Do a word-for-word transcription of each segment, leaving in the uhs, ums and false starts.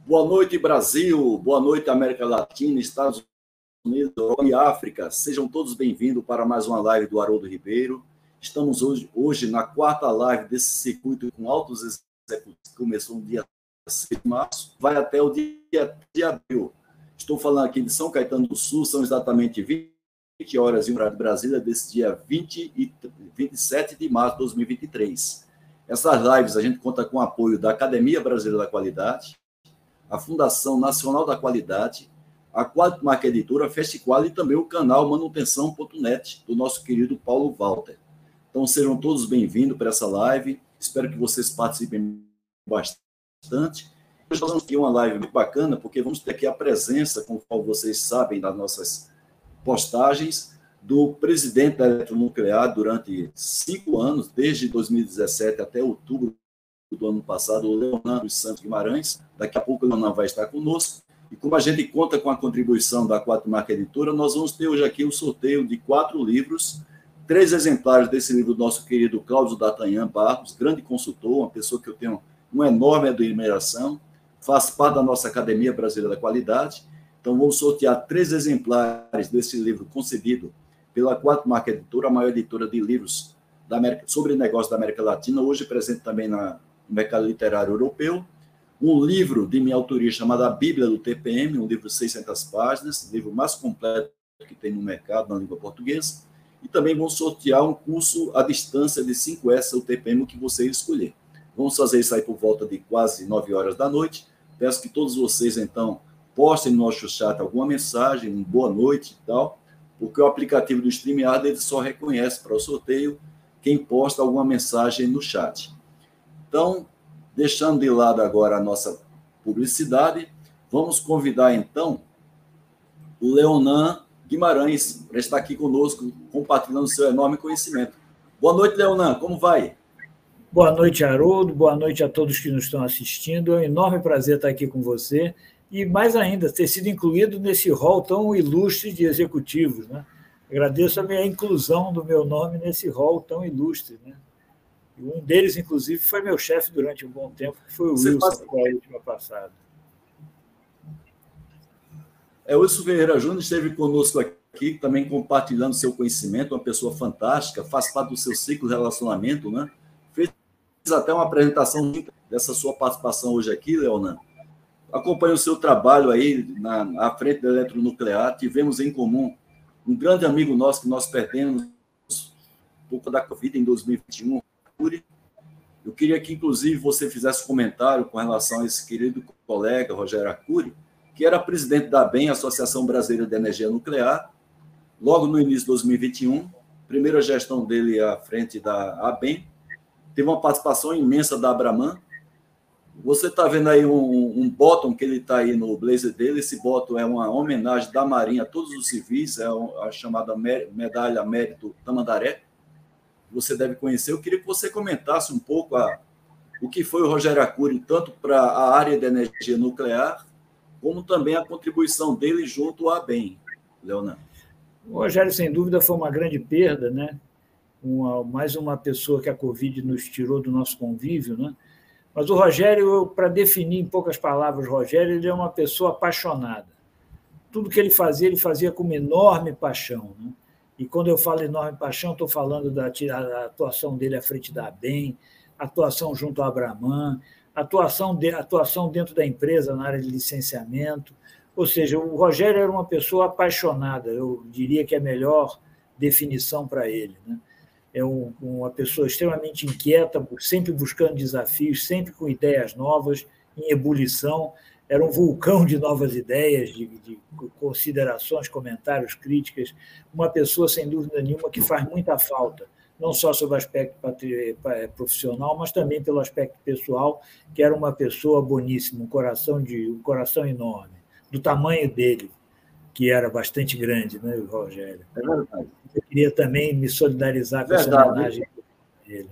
Boa noite, Brasil. Boa noite, América Latina, Estados Unidos, Europa e África. Sejam todos bem-vindos para mais uma live do Haroldo Ribeiro. Estamos hoje, hoje na quarta live desse circuito com altos executivos, que começou no dia seis de março, vai até o dia de abril. Estou falando aqui de São Caetano do Sul, são exatamente vinte horas em horário de Brasília, desse dia vinte e vinte e sete de março de dois mil e vinte e três. Essas lives a gente conta com o apoio da Academia Brasileira da Qualidade, a Fundação Nacional da Qualidade, a Qualitmark Editora, a Festiqual e também o canal manutenção ponto net do nosso querido Paulo Walter. Então sejam todos bem-vindos para essa live, espero que vocês participem bastante. Hoje nós vamos ter uma live muito bacana, porque vamos ter aqui a presença, conforme vocês sabem, das nossas postagens, do presidente da Eletronuclear durante cinco anos, desde dois mil e dezessete até outubro do ano passado, o Leonardo Santos Guimarães. Daqui a pouco o Leonardo vai estar conosco. E como a gente conta com a contribuição da Qualitmark Editora, nós vamos ter hoje aqui o sorteio de quatro livros, três exemplares desse livro do nosso querido Cláudio D'Artagnan Barros, grande consultor, uma pessoa que eu tenho uma enorme admiração, faz parte da nossa Academia Brasileira da Qualidade. Então, vamos sortear três exemplares desse livro concedido pela Qualitmark Editora, a maior editora de livros da América, sobre negócios da América Latina, hoje presente também na, no mercado literário europeu. Um livro de minha autoria chamado A Bíblia do T P M, um livro de seiscentas páginas, o livro mais completo que tem no mercado na língua portuguesa. E também vamos sortear um curso à distância de cinco S do T P M, o que você escolher. Vamos fazer isso aí por volta de quase nove horas da noite. Peço que todos vocês, então, postem no nosso chat alguma mensagem, um boa noite e tal, porque o aplicativo do StreamYard ele só reconhece para o sorteio quem posta alguma mensagem no chat. Então, deixando de lado agora a nossa publicidade, vamos convidar, então, o Leonan Guimarães para estar aqui conosco, compartilhando seu enorme conhecimento. Boa noite, Leonan, como vai? Boa noite, Haroldo, boa noite a todos que nos estão assistindo. É um enorme prazer estar aqui com você e, mais ainda, ter sido incluído nesse rol tão ilustre de executivos, né? Agradeço a minha inclusão do meu nome nesse rol tão ilustre, né? E um deles, inclusive, foi meu chefe durante um bom tempo, que foi o você Wilson, passa... que foi a última passada. É, o Wilson Ferreira Júnior esteve conosco aqui, também compartilhando seu conhecimento, uma pessoa fantástica, faz parte do seu ciclo de relacionamento, né? Fez até uma apresentação dessa sua participação hoje aqui, Leonan. Acompanho o seu trabalho aí na, à frente da Eletronuclear. Tivemos em comum um grande amigo nosso que nós perdemos um pouco da Covid em dois mil e vinte e um. Eu queria que, inclusive, você fizesse um comentário com relação a esse querido colega, Rogério Arcuri, que era presidente da ABEM, Associação Brasileira de Energia Nuclear, logo no início de dois mil e vinte e um, primeira gestão dele à frente da ABEM, teve uma participação imensa da Abraman. Você está vendo aí um, um bottom que ele está aí no blazer dele. Esse bottom é uma homenagem da Marinha a todos os civis, é a chamada Medalha Mérito Tamandaré. Você deve conhecer. Eu queria que você comentasse um pouco a, o que foi o Rogério Arcuri, tanto para a área de energia nuclear, como também a contribuição dele junto à ABEM, Leonardo. O Rogério, sem dúvida, foi uma grande perda, né? Uma, mais uma pessoa que a Covid nos tirou do nosso convívio, né? Mas o Rogério, para definir em poucas palavras, o Rogério, ele é uma pessoa apaixonada. Tudo que ele fazia, ele fazia com uma enorme paixão, né? E quando eu falo enorme paixão, estou falando da, da atuação dele à frente da ABEM, atuação junto à Abraman, atuação, de, atuação dentro da empresa na área de licenciamento. Ou seja, o Rogério era uma pessoa apaixonada, eu diria que é a melhor definição para ele, né? É um, uma pessoa extremamente inquieta, sempre buscando desafios, sempre com ideias novas, em ebulição. Era um vulcão de novas ideias, de, de considerações, comentários, críticas. Uma pessoa, sem dúvida nenhuma, que faz muita falta, não só sob o aspecto profissional, mas também pelo aspecto pessoal, que era uma pessoa boníssima, um coração, de, um coração enorme, do tamanho dele, que era bastante grande, né, o Rogério? É verdade. Eu queria também me solidarizar com verdade. essa homenagem dele.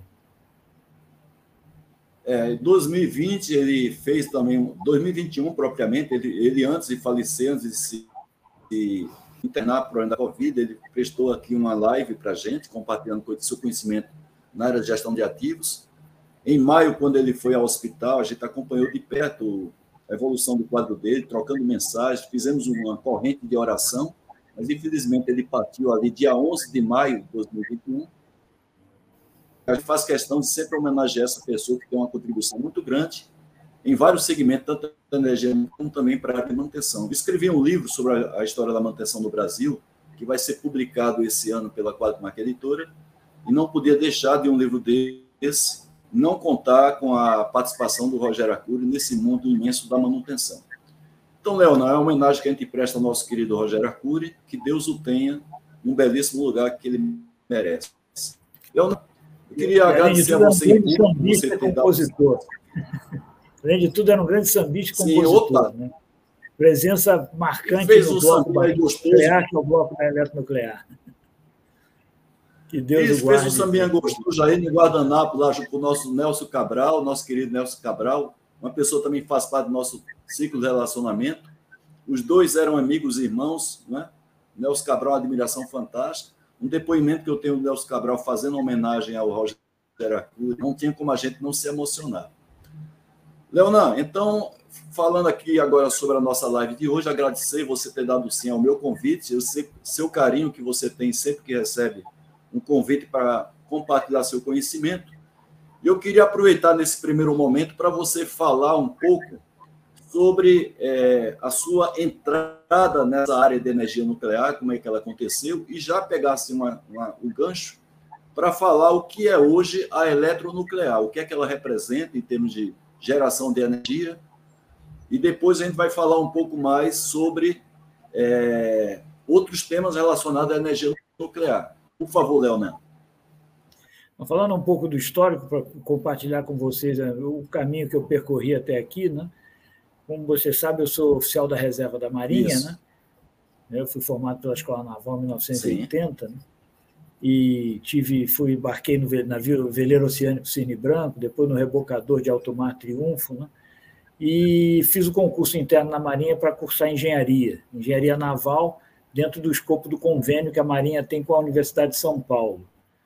É, em dois mil e vinte, ele fez também, dois mil e vinte e um propriamente, ele, ele antes de falecer, antes de se, se internar por problema da Covid, ele prestou aqui uma live para a gente, compartilhando o seu conhecimento na área de gestão de ativos. Em maio, quando ele foi ao hospital, a gente acompanhou de perto a evolução do quadro dele, trocando mensagens, fizemos uma corrente de oração, mas infelizmente ele partiu ali dia onze de maio de dois mil e vinte e um. A gente faz questão de sempre homenagear essa pessoa que tem uma contribuição muito grande em vários segmentos, tanto da energia como também para a área de manutenção. Eu escrevi um livro sobre a história da manutenção no Brasil, que vai ser publicado esse ano pela Quadmark Editora, e não podia deixar de um livro desse não contar com a participação do Rogério Arcuri nesse mundo imenso da manutenção. Então, Leonardo, é uma homenagem que a gente presta ao nosso querido Rogério Arcuri, que Deus o tenha num belíssimo lugar que ele merece. Leonardo, eu queria Além agradecer tudo, a você um em público por você ter compositor. Dado... Além de tudo, era um grande sambista e compositor. Sim, né? Presença marcante fez no um bloco nuclear, que é o bloco da eletronuclear. Que Deus Isso, o guarde. Fez um sambinha gostoso aí no Guardanapo, lá junto com o nosso Nelson Cabral, nosso querido Nelson Cabral, uma pessoa também que faz parte do nosso ciclo de relacionamento. Os dois eram amigos e irmãos, né? Nelson Cabral, uma admiração fantástica. Um depoimento que eu tenho do Nelson Cabral fazendo homenagem ao Rogério Arcuri, não tinha como a gente não se emocionar. Leonan, então, falando aqui agora sobre a nossa live de hoje, agradecer você ter dado sim ao meu convite, eu sei seu carinho que você tem sempre que recebe um convite para compartilhar seu conhecimento. E eu queria aproveitar nesse primeiro momento para você falar um pouco sobre é, a sua entrada nessa área de energia nuclear, como é que ela aconteceu, e já pegasse uma, uma, um gancho para falar o que é hoje a eletronuclear, o que é que ela representa em termos de geração de energia, e depois a gente vai falar um pouco mais sobre é, outros temas relacionados à energia nuclear. Por favor, Leonardo. Falando um pouco do histórico, para compartilhar com vocês o caminho que eu percorri até aqui, né? Como você sabe, eu sou oficial da reserva da Marinha, Isso. né? Eu fui formado pela Escola Naval em mil novecentos e oitenta, né? E tive, fui, embarquei no navio veleiro oceânico Cisne Branco, depois no rebocador de alto mar Triunfo, né? E fiz o concurso interno na Marinha para cursar engenharia, engenharia naval, dentro do escopo do convênio que a Marinha tem com a Universidade de São Paulo.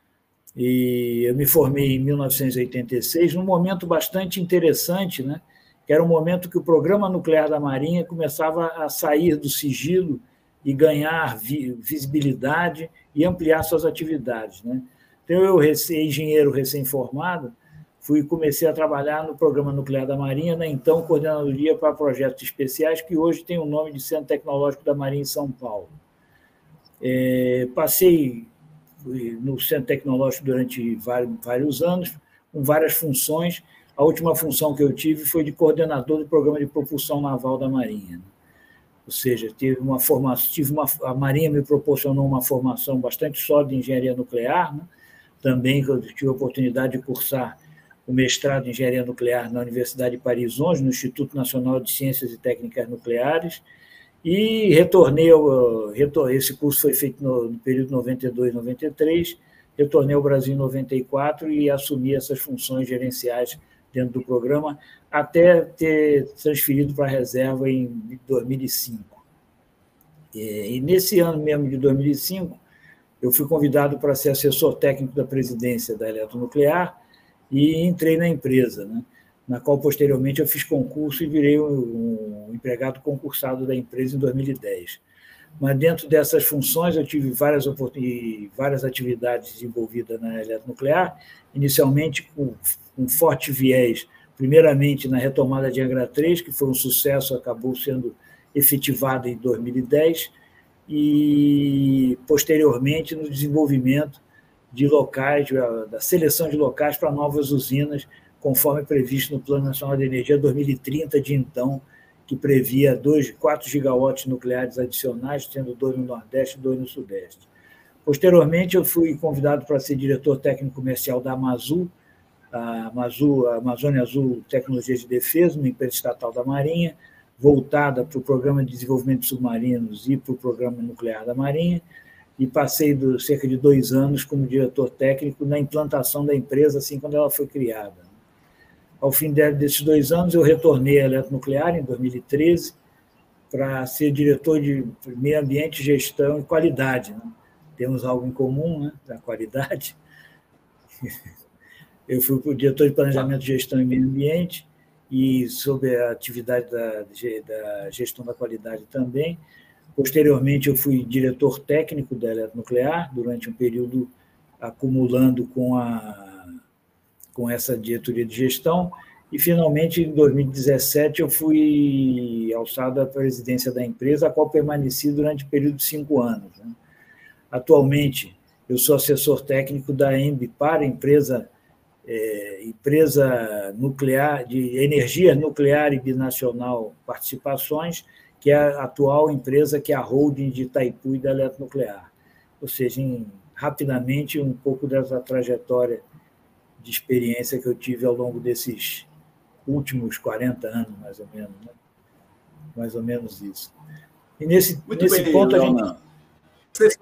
E eu me formei em mil novecentos e oitenta e seis, num momento bastante interessante, né? Que era um momento que o programa nuclear da Marinha começava a sair do sigilo e ganhar visibilidade e ampliar suas atividades, né? Então, eu, engenheiro recém-formado, fui comecei a trabalhar no programa nuclear da Marinha, na então Coordenadoria para Projetos Especiais, que hoje tem o nome de Centro Tecnológico da Marinha em São Paulo. É, passei no Centro Tecnológico durante vários anos, com várias funções. A última função que eu tive foi de coordenador do Programa de Propulsão Naval da Marinha. Ou seja, tive uma formação, tive uma, a Marinha me proporcionou uma formação bastante sólida em engenharia nuclear, né? Também eu tive a oportunidade de cursar o mestrado em engenharia nuclear na Universidade de Paris onze, no Instituto Nacional de Ciências e Técnicas Nucleares, e retornei, ao, esse curso foi feito no, no período noventa e dois, noventa e três, retornei ao Brasil em noventa e quatro e assumi essas funções gerenciais dentro do programa, até ter transferido para a reserva em dois mil e cinco. E, e nesse ano mesmo de dois mil e cinco, eu fui convidado para ser assessor técnico da presidência da Eletronuclear e entrei na empresa, né? Na qual, posteriormente, eu fiz concurso e virei um, um empregado concursado da empresa em dois mil e dez. Mas, dentro dessas funções, eu tive várias, várias atividades desenvolvidas na Eletronuclear, inicialmente com um forte viés, primeiramente na retomada de Angra três, que foi um sucesso, acabou sendo efetivada em dois mil e dez, e, posteriormente, no desenvolvimento de locais, da seleção de locais para novas usinas, conforme previsto no Plano Nacional de Energia dois mil e trinta, de então, que previa dois, quatro gigawatts nucleares adicionais, tendo dois no Nordeste e dois no Sudeste. Posteriormente, eu fui convidado para ser diretor técnico comercial da Amazul, a, Amazul, a Amazônia Azul Tecnologia de Defesa, uma empresa estatal da Marinha, voltada para o Programa de Desenvolvimento de Submarinos e para o Programa Nuclear da Marinha, e passei do, cerca de dois anos como diretor técnico na implantação da empresa, assim, quando ela foi criada. Ao fim desses dois anos, eu retornei à Eletronuclear, em dois mil e treze, para ser diretor de Meio Ambiente, Gestão e Qualidade, né? Temos algo em comum, né? Da qualidade. Eu fui o diretor de Planejamento, Gestão e Meio Ambiente e sobre a atividade da, da gestão da qualidade também. Posteriormente, eu fui diretor técnico da Eletronuclear, durante um período acumulando com, a, com essa diretoria de gestão, e, finalmente, em dois mil e dezessete, eu fui alçado à presidência da empresa, a qual permaneci durante um período de cinco anos. Né? Atualmente, eu sou assessor técnico da Embipar, empresa, é, empresa nuclear, de energia nuclear e binacional participações, que é a atual empresa que é a holding de Itaipu e da Eletronuclear. Ou seja, em, rapidamente, um pouco dessa trajetória de experiência que eu tive ao longo desses últimos quarenta anos, mais ou menos. Né? Mais ou menos isso. E nesse, Muito nesse bem, ponto, Leonan. a gente...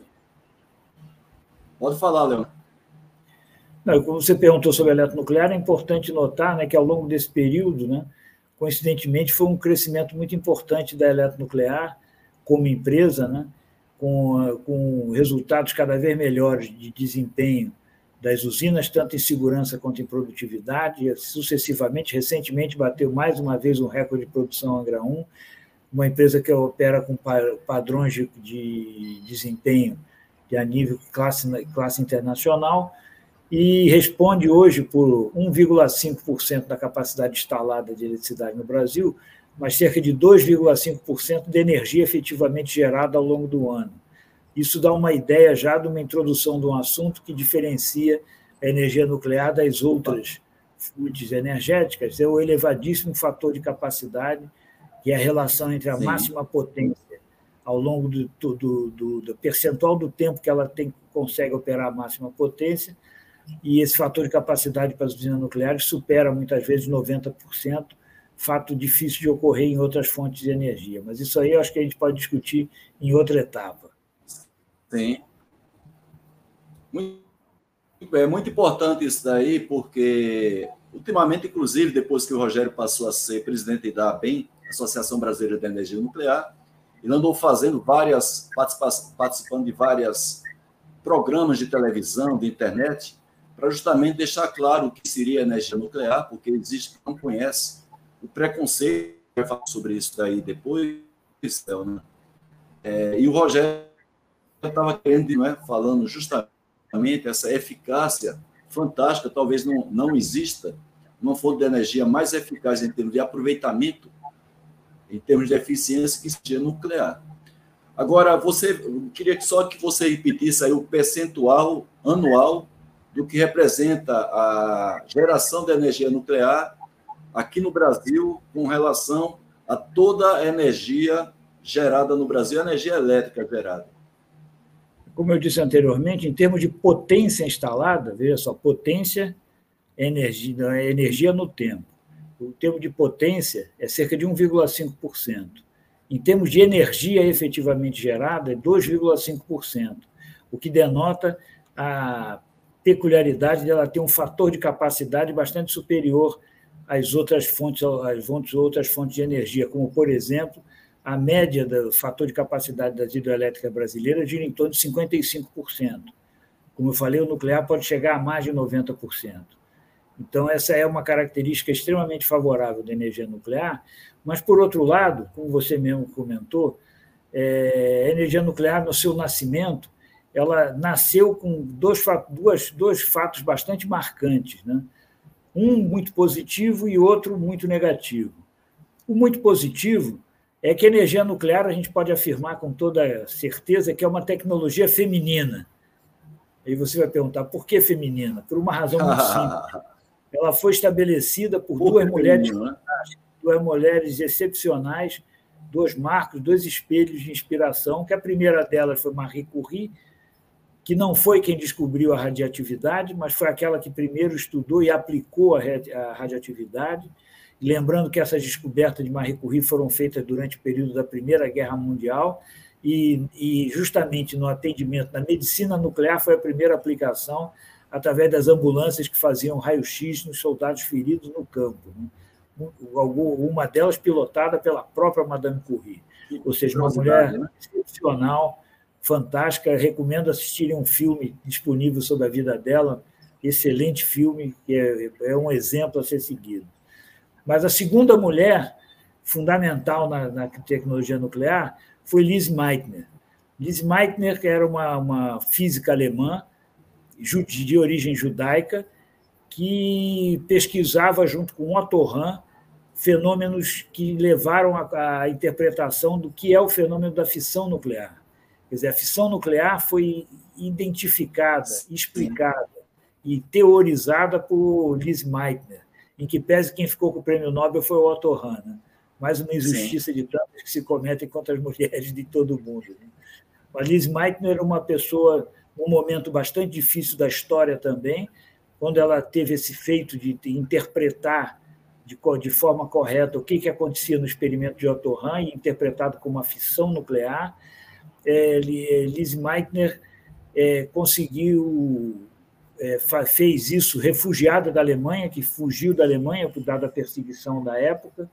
Pode falar, Leonan. Não, como você perguntou sobre a eletronuclear, é importante notar, né, que, ao longo desse período, né, coincidentemente, foi um crescimento muito importante da eletronuclear como empresa, né, com, com resultados cada vez melhores de desempenho das usinas, tanto em segurança quanto em produtividade, e, sucessivamente, recentemente bateu mais uma vez um recorde de produção Angra um, uma empresa que opera com padrões de, de desempenho de a nível classe, classe internacional, e responde hoje por um vírgula cinco por cento da capacidade instalada de eletricidade no Brasil, mas cerca de dois vírgula cinco por cento de energia efetivamente gerada ao longo do ano. Isso dá uma ideia já de uma introdução de um assunto que diferencia a energia nuclear das outras fontes energéticas, é o elevadíssimo fator de capacidade, que é a relação entre a Sim. máxima potência ao longo do, do, do, do percentual do tempo que ela tem, consegue operar a máxima potência, e esse fator de capacidade para as usinas nucleares supera muitas vezes noventa por cento, fato difícil de ocorrer em outras fontes de energia. Mas isso aí eu acho que a gente pode discutir em outra etapa. Sim. Muito, é muito importante isso daí, porque, ultimamente, inclusive, depois que o Rogério passou a ser presidente da ABEM, Associação Brasileira de Energia Nuclear, ele andou fazendo várias, participando de vários programas de televisão, de internet, para justamente deixar claro o que seria energia nuclear, porque existe, não conhece, o preconceito, vai falar sobre isso daí depois, né? É, e o Rogério estava querendo, não é, falando justamente essa eficácia fantástica, talvez não, não exista uma fonte de energia mais eficaz em termos de aproveitamento, em termos de eficiência, que seja nuclear. Agora, você, eu queria só que você repetisse aí o percentual anual do que representa a geração de energia nuclear aqui no Brasil com relação a toda a energia gerada no Brasil, a energia elétrica gerada. Como eu disse anteriormente, em termos de potência instalada, veja só, potência é energia, é energia no tempo. O termo de potência é cerca de um vírgula cinco por cento. Em termos de energia efetivamente gerada, é dois vírgula cinco por cento, o que denota a peculiaridade dela ter um fator de capacidade bastante superior às outras fontes, às outras fontes de energia, como, por exemplo, a média do fator de capacidade das hidrelétricas brasileiras gira em torno de cinquenta e cinco por cento. Como eu falei, o nuclear pode chegar a mais de noventa por cento. Então, essa é uma característica extremamente favorável da energia nuclear, mas, por outro lado, como você mesmo comentou, é, a energia nuclear, no seu nascimento, ela nasceu com dois, duas, dois fatos bastante marcantes, né? Um muito positivo e outro muito negativo. O muito positivo é que a energia nuclear, a gente pode afirmar com toda certeza que é uma tecnologia feminina. Aí você vai perguntar, por que feminina? Por uma razão muito simples. Ela foi estabelecida por, por duas mulheres fantásticas, duas mulheres excepcionais, dois marcos, dois espelhos de inspiração, que a primeira delas foi Marie Curie, que não foi quem descobriu a radioatividade, mas foi aquela que primeiro estudou e aplicou a radioatividade. E lembrando que essas descobertas de Marie Curie foram feitas durante o período da Primeira Guerra Mundial, e, e justamente no atendimento na medicina nuclear foi a primeira aplicação através das ambulâncias que faziam raio-x nos soldados feridos no campo, né? Uma delas pilotada pela própria Madame Curie. Ou seja, uma mulher excepcional, fantástica. Recomendo assistirem um filme disponível sobre a vida dela, excelente filme, que é, é um exemplo a ser seguido. Mas a segunda mulher fundamental na, na tecnologia nuclear foi Lise Meitner. Lise Meitner, que era uma, uma física alemã de origem judaica, que pesquisava junto com Otto Hahn fenômenos que levaram à interpretação do que é o fenômeno da fissão nuclear. Quer dizer, a fissão nuclear foi identificada, explicada e teorizada por Lise Meitner, em que pese quem ficou com o prêmio Nobel foi o Otto Hahn. Né? Mais uma injustiça Sim. de tantas que se cometem contra as mulheres de todo o mundo. Né? A Lise Meitner era uma pessoa, num momento bastante difícil da história também, quando ela teve esse feito de interpretar de, de forma correta o que, que acontecia no experimento de Otto Hahn, interpretado como uma fissão nuclear. É, Lise Meitner é, conseguiu, é, fez isso refugiada da Alemanha, que fugiu da Alemanha, dada a perseguição da época,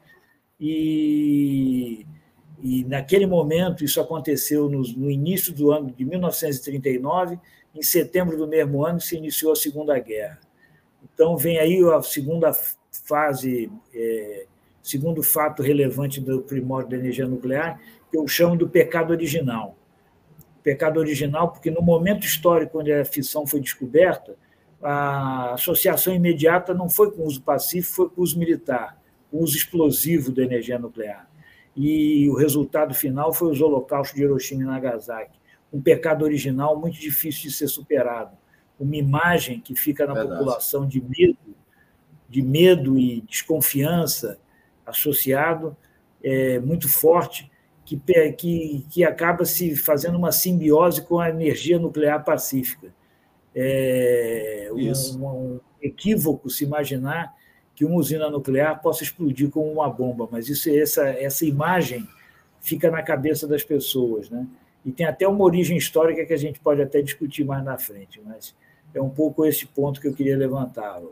e, e naquele momento, isso aconteceu no, no início do ano de mil novecentos e trinta e nove, em setembro do mesmo ano se iniciou a Segunda Guerra. Então, vem aí a segunda fase, é, segundo fato relevante do primórdio da energia nuclear, que eu chamo do pecado original. Pecado original porque, no momento histórico onde a fissão foi descoberta, a associação imediata não foi com o uso pacífico, foi com o uso militar, com o uso explosivo da energia nuclear. E o resultado final foi os holocaustos de Hiroshima e Nagasaki. Um pecado original muito difícil de ser superado. Uma imagem que fica na Verdade. população de medo, de medo e desconfiança associado, é, muito forte, que, que, que acaba se fazendo uma simbiose com a energia nuclear pacífica. É um, um equívoco se imaginar que uma usina nuclear possa explodir como uma bomba, mas isso, essa, essa imagem fica na cabeça das pessoas, né? E tem até uma origem histórica que a gente pode até discutir mais na frente, mas é um pouco esse ponto que eu queria levantar.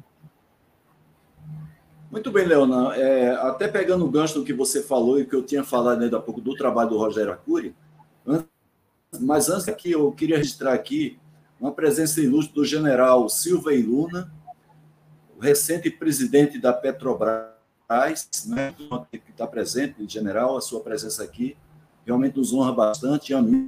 Muito bem, Leonan. É, até pegando o gancho do que você falou e que eu tinha falado ainda há pouco do trabalho do Rogério Arcuri, mas antes aqui eu queria registrar aqui uma presença ilustre do general Silvey Luna, o recente presidente da Petrobras, né, que está presente, general, a sua presença aqui realmente nos honra bastante, amigo,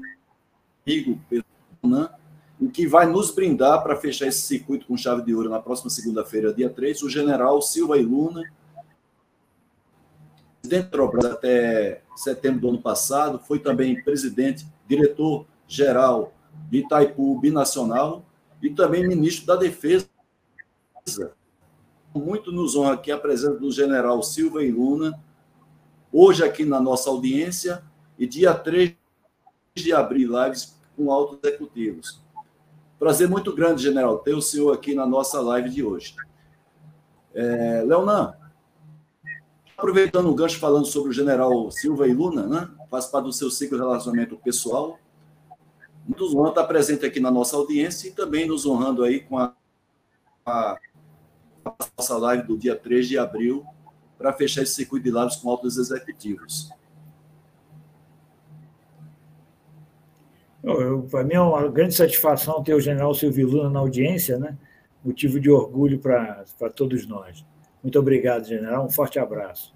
né, e que vai nos brindar para fechar esse circuito com chave de ouro na próxima segunda-feira, dia três, o general Silvey Luna, presidente da Petrobras até setembro do ano passado, foi também presidente, diretor-geral de Itaipu Binacional e também ministro da Defesa. Muito nos honra aqui a presença do general Silvey Luna, hoje aqui na nossa audiência, e dia três de abril, lives com altos executivos. Prazer muito grande, general, ter o senhor aqui na nossa live de hoje. É, Leonan, aproveitando o gancho falando sobre o general Silvey Luna, né, faz parte do seu ciclo de relacionamento pessoal, nos honra estar presente aqui na nossa audiência e também nos honrando aí com a, a, a nossa live do dia três de abril para fechar esse circuito de lives com altos executivos. Para mim é uma grande satisfação ter o general Silvey Luna na audiência, né? Motivo de orgulho para todos nós. Muito obrigado, general. Um forte abraço.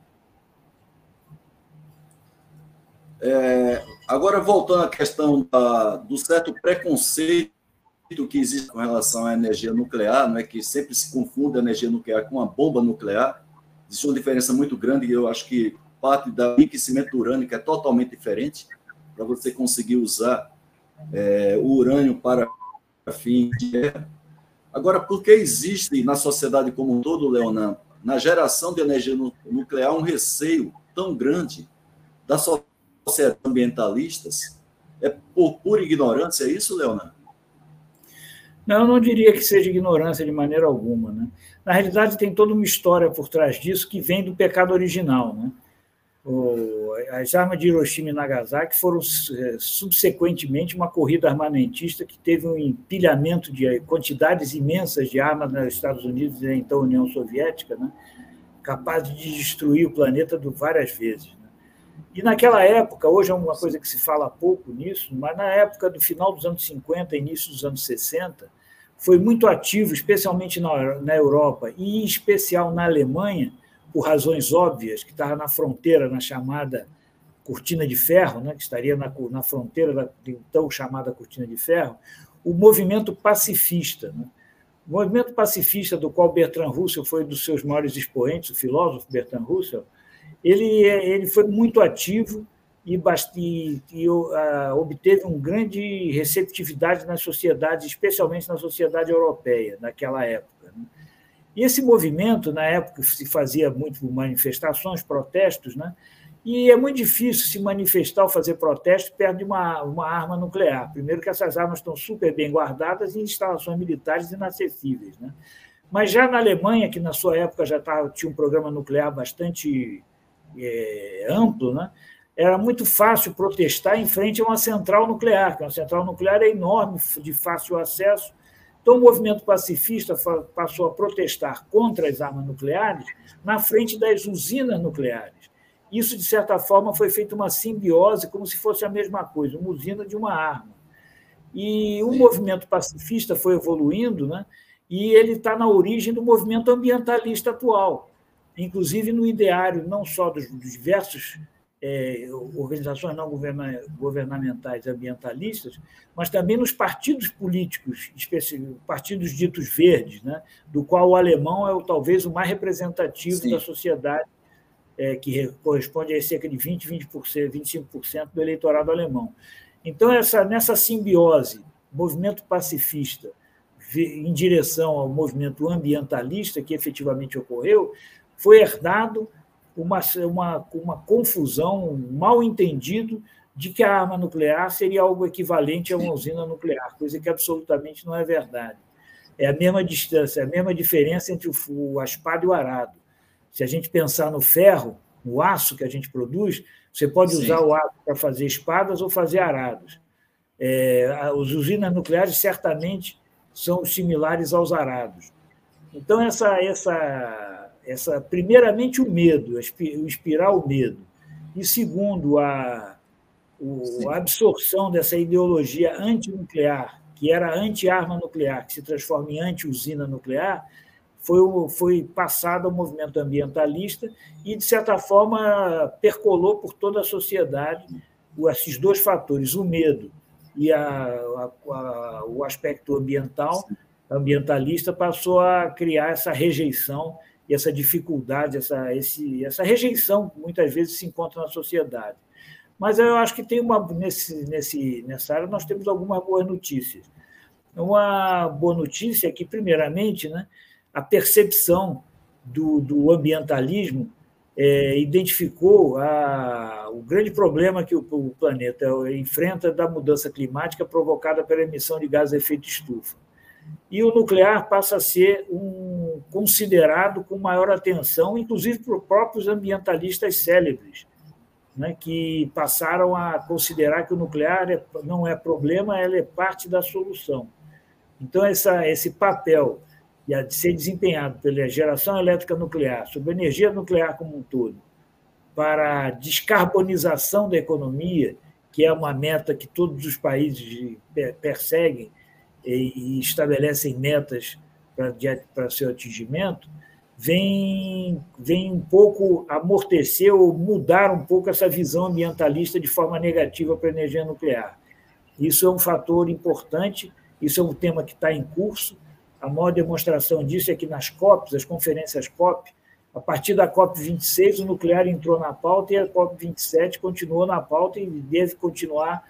É, agora, voltando à questão da, do certo preconceito que existe com relação à energia nuclear, não é, que sempre se confunde a energia nuclear com a bomba nuclear. Existe uma diferença muito grande e eu acho que parte do enriquecimento urânico é totalmente diferente para você conseguir usar é, o urânio para fins de guerra. Agora, por que existe na sociedade como um todo, Leonan, na geração de energia nuclear, um receio tão grande das sociedades ambientalistas? É por pura ignorância, é isso, Leonan? Não, eu não diria que seja ignorância de maneira alguma, né? Na realidade, tem toda uma história por trás disso que vem do pecado original, né? As armas de Hiroshima e Nagasaki foram subsequentemente uma corrida armamentista que teve um empilhamento de quantidades imensas de armas nos Estados Unidos e então União Soviética, né, capaz de destruir o planeta várias vezes. Né? E naquela época, hoje é uma coisa que se fala pouco nisso, mas na época do final dos anos cinquenta, início dos anos sessenta, foi muito ativo, especialmente na, na Europa e em especial na Alemanha, por razões óbvias, que estava na fronteira, na chamada cortina de ferro, né, que estaria na, na fronteira da então chamada cortina de ferro, o movimento pacifista. Né? O movimento pacifista, do qual Bertrand Russell foi um dos seus maiores expoentes, o filósofo Bertrand Russell, ele, ele foi muito ativo e, e, e uh, obteve uma grande receptividade na sociedade, especialmente na sociedade europeia, naquela época. Né? E esse movimento, na época, se fazia muito manifestações, protestos, né? E é muito difícil se manifestar ou fazer protesto perto de uma, uma arma nuclear. Primeiro que essas armas estão super bem guardadas em instalações militares inacessíveis. Né? Mas já na Alemanha, que na sua época já tava, tinha um programa nuclear bastante é, amplo, né? Era muito fácil protestar em frente a uma central nuclear, que uma central nuclear é enorme, de fácil acesso. Então, o movimento pacifista passou a protestar contra as armas nucleares na frente das usinas nucleares. Isso, de certa forma, foi feita uma simbiose, como se fosse a mesma coisa, uma usina de uma arma. E o movimento pacifista foi evoluindo, né? E ele está na origem do movimento ambientalista atual, inclusive no ideário não só dos, dos diversos é, organizações não governa, governamentais ambientalistas, mas também nos partidos políticos, partidos ditos verdes, né? Do qual o alemão é o, talvez o mais representativo Sim. da sociedade, É, que corresponde a cerca de vinte, vinte por cento, vinte e cinco por cento do eleitorado alemão. Então, essa, nessa simbiose, movimento pacifista em direção ao movimento ambientalista, que efetivamente ocorreu, foi herdado uma, uma, uma confusão, um mal-entendido de que a arma nuclear seria algo equivalente a uma usina nuclear, coisa que absolutamente não é verdade. É a mesma distância, é a mesma diferença entre o, a espada e o arado. Se a gente pensar no ferro, no aço que a gente produz, você pode Sim. usar o aço para fazer espadas ou fazer arados. É, as usinas nucleares certamente são similares aos arados. Então, essa, essa, essa, primeiramente, o medo, o inspirar o medo, e, segundo, a, o, a absorção dessa ideologia antinuclear, que era anti-arma nuclear, que se transforma em anti-usina nuclear, Foi, foi passado ao movimento ambientalista e, de certa forma, percolou por toda a sociedade esses dois fatores, o medo e a, a, a, o aspecto ambiental, ambientalista, passou a criar essa rejeição e essa dificuldade, essa, esse, essa rejeição que muitas vezes se encontra na sociedade. Mas eu acho que tem uma, nesse, nesse, nessa área nós temos algumas boas notícias. Uma boa notícia é que, primeiramente, né, a percepção do, do ambientalismo é, identificou a, o grande problema que o, o planeta enfrenta da mudança climática provocada pela emissão de gases de efeito estufa. E o nuclear passa a ser um, considerado com maior atenção, inclusive por próprios ambientalistas célebres, né, que passaram a considerar que o nuclear é, não é problema, ela é parte da solução. Então, essa, esse papel de ser desempenhado pela geração elétrica nuclear, sobre a energia nuclear como um todo, para a descarbonização da economia, que é uma meta que todos os países perseguem e estabelecem metas para, para seu atingimento, vem, vem um pouco amortecer ou mudar um pouco essa visão ambientalista de forma negativa para a energia nuclear. Isso é um fator importante, isso é um tema que está em curso. A maior demonstração disso é que nas COPs, as conferências COP, a partir da COP vinte e seis, o nuclear entrou na pauta e a COP vinte e sete continuou na pauta e deve continuar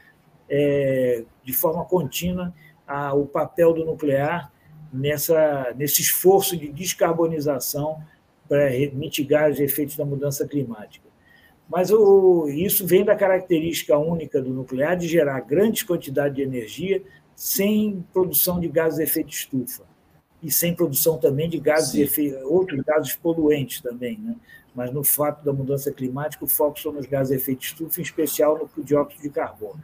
é, de forma contínua a, o papel do nuclear nessa, nesse esforço de descarbonização para mitigar os efeitos da mudança climática. Mas o, isso vem da característica única do nuclear de gerar grandes quantidades de energia sem produção de gases de efeito estufa. E sem produção também de gases de efeito, outros gases poluentes também, né? Mas no fato da mudança climática, o foco são nos gases de efeito estufa, em especial no dióxido de carbono.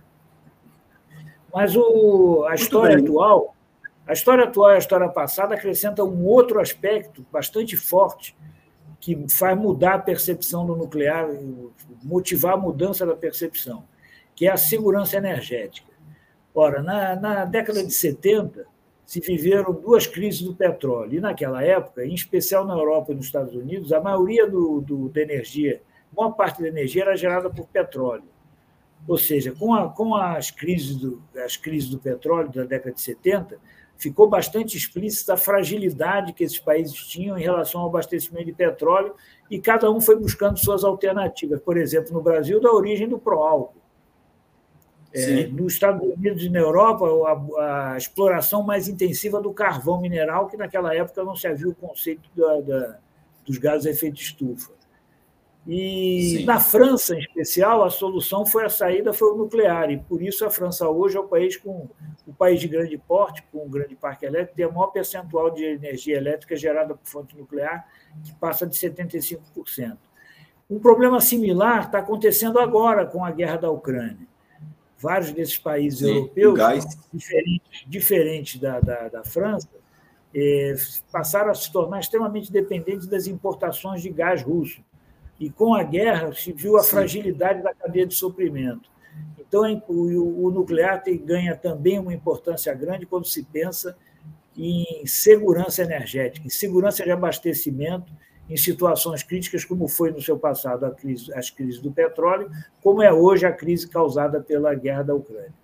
Mas o, a história atual, a história atual e a história passada acrescentam um outro aspecto bastante forte que faz mudar a percepção do nuclear, motivar a mudança da percepção, que é a segurança energética. Ora, na, na década de setenta, se viveram duas crises do petróleo. E, naquela época, em especial na Europa e nos Estados Unidos, a maioria do, do, da energia, a maior parte da energia era gerada por petróleo. Ou seja, com, a, com as, crises do, as crises do petróleo da década de setenta, ficou bastante explícita a fragilidade que esses países tinham em relação ao abastecimento de petróleo e cada um foi buscando suas alternativas. Por exemplo, no Brasil, da origem do pró-álcool. É, nos Estados Unidos e na Europa, a, a exploração mais intensiva do carvão mineral, que naquela época não se havia o conceito da, da, dos gases de efeito estufa. E Sim. na França, em especial, a solução foi a saída foi o nuclear, e por isso a França hoje é o país com o país de grande porte, com um grande parque elétrico, tem o maior percentual de energia elétrica gerada por fonte nuclear, que passa de setenta e cinco por cento. Um problema similar está acontecendo agora com a guerra da Ucrânia. Vários desses países Sim, europeus, diferentes, diferentes da, da, da França, eh, passaram a se tornar extremamente dependentes das importações de gás russo. E, com a guerra, se viu a Sim. fragilidade da cadeia de suprimento. Então, o, o nuclear tem, ganha também uma importância grande quando se pensa em segurança energética, em segurança de abastecimento, em situações críticas, como foi no seu passado a crise, as crises do petróleo, como é hoje a crise causada pela guerra da Ucrânia.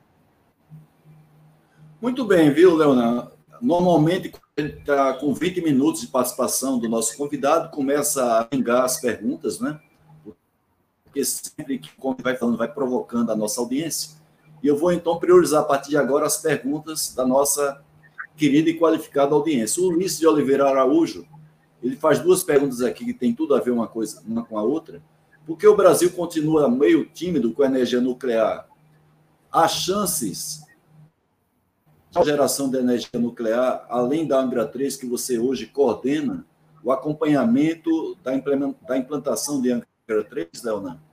Muito bem, viu, Leonardo? Normalmente, está com vinte minutos de participação do nosso convidado, começa a pingar as perguntas, né? Porque sempre que o convidado vai falando, vai provocando a nossa audiência. E eu vou, então, priorizar a partir de agora as perguntas da nossa querida e qualificada audiência. O Luiz de Oliveira Araújo, ele faz duas perguntas aqui que tem tudo a ver uma coisa uma com a outra. Por que o Brasil continua meio tímido com a energia nuclear? Há chances de geração de energia nuclear, além da Angra três, que você hoje coordena, o acompanhamento da implantação de Angra três, Leonardo?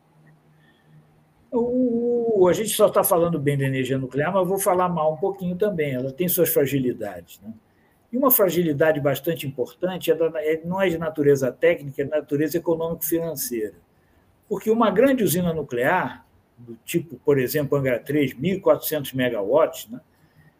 O, a gente só está falando bem da energia nuclear, mas eu vou falar mal um pouquinho também. Ela tem suas fragilidades, né? E uma fragilidade bastante importante é da, é, não é de natureza técnica, é de natureza econômico-financeira. Porque uma grande usina nuclear, do tipo, por exemplo, Angra três, mil e quatrocentos megawatts, né,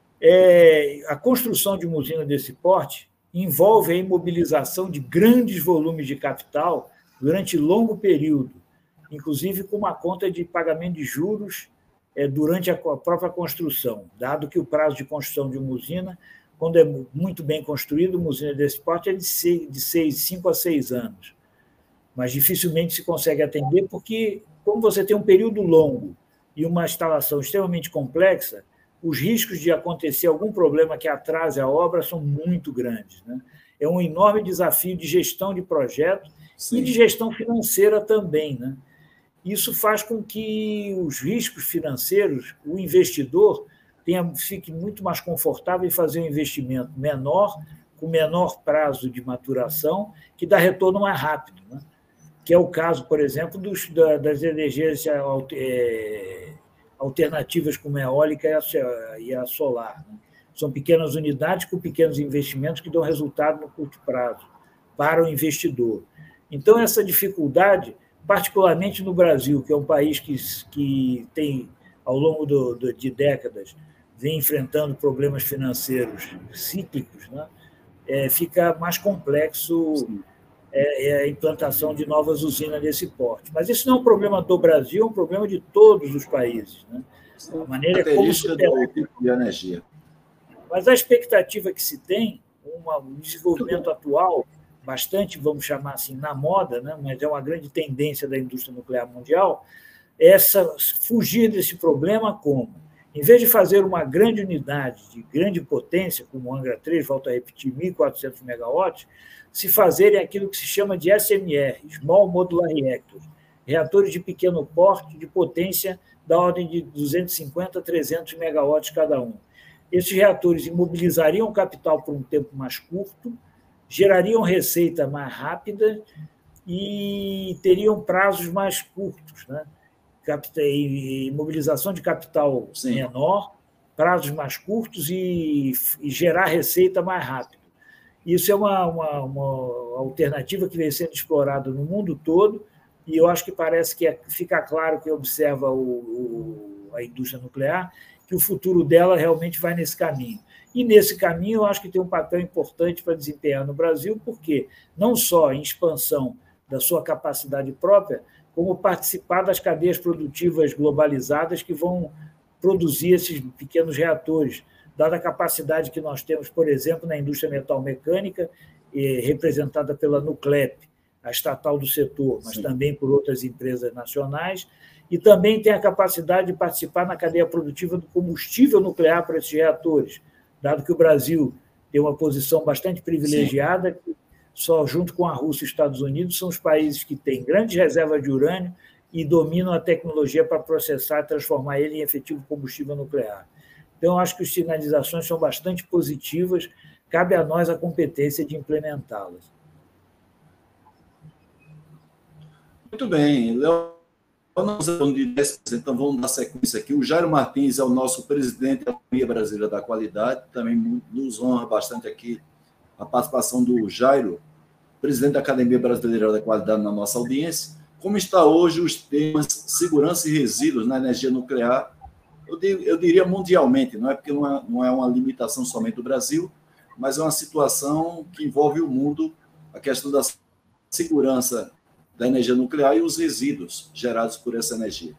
é, a construção de uma usina desse porte envolve a imobilização de grandes volumes de capital durante longo período, inclusive com uma conta de pagamento de juros é, durante a própria construção, dado que o prazo de construção de uma usina, quando é muito bem construído, uma usina desse porte é de seis, de seis, cinco a seis anos. Mas dificilmente se consegue atender, porque, como você tem um período longo e uma instalação extremamente complexa, os riscos de acontecer algum problema que atrase a obra são muito grandes, né? É um enorme desafio de gestão de projeto Sim. e de gestão financeira também, né? Isso faz com que os riscos financeiros, o investidor tenha, fique muito mais confortável em fazer um investimento menor, com menor prazo de maturação, que dá retorno mais rápido, né? Que é o caso, por exemplo, dos, das energias é, alternativas como a eólica e a solar, né? São pequenas unidades com pequenos investimentos que dão resultado no curto prazo para o investidor. Então, essa dificuldade, particularmente no Brasil, que é um país que, que tem, ao longo do, do, de décadas, vem enfrentando problemas financeiros cíclicos, né? É, fica mais complexo é, é a implantação de novas usinas desse porte. Mas isso não é um problema do Brasil, é um problema de todos os países, né? A maneira como se do tipo de energia. Mas a expectativa que se tem, uma, um desenvolvimento atual, bastante, vamos chamar assim, na moda, né? Mas é uma grande tendência da indústria nuclear mundial, é essa, fugir desse problema como? Em vez de fazer uma grande unidade de grande potência, como o Angra três, volto a repetir, mil e quatrocentos megawatts, se fazerem aquilo que se chama de S M R, Small Modular Reactors, reatores de pequeno porte, de potência da ordem de duzentos e cinquenta a trezentos megawatts cada um. Esses reatores imobilizariam o capital por um tempo mais curto, gerariam receita mais rápida e teriam prazos mais curtos, né? Imobilização de capital Sim. menor, prazos mais curtos e, e gerar receita mais rápido. Isso é uma, uma, uma alternativa que vem sendo explorada no mundo todo e eu acho que parece que é, fica claro que observa o, o, a indústria nuclear que o futuro dela realmente vai nesse caminho. E, nesse caminho, eu acho que tem um papel importante para desempenhar no Brasil, porque não só em expansão da sua capacidade própria, como participar das cadeias produtivas globalizadas que vão produzir esses pequenos reatores, dada a capacidade que nós temos, por exemplo, na indústria metal-mecânica, representada pela Nuclep, a estatal do setor, mas Sim. também por outras empresas nacionais, e também tem a capacidade de participar na cadeia produtiva do combustível nuclear para esses reatores, dado que o Brasil tem uma posição bastante privilegiada, que só junto com a Rússia e os Estados Unidos são os países que têm grandes reservas de urânio e dominam a tecnologia para processar e transformar ele em efetivo combustível nuclear. Então, eu acho que as sinalizações são bastante positivas, cabe a nós a competência de implementá-las. Muito bem, Léo. Então, vamos dar sequência aqui. O Jairo Martins é o nosso presidente da Academia Brasileira da Qualidade. Também nos honra bastante aqui a participação do Jairo, presidente da Academia Brasileira da Qualidade, na nossa audiência. Como está hoje os temas segurança e resíduos na energia nuclear? Eu, eu diria mundialmente, não é porque não é, não é uma limitação somente do Brasil, mas é uma situação que envolve o mundo, a questão da segurança da energia nuclear e os resíduos gerados por essa energia.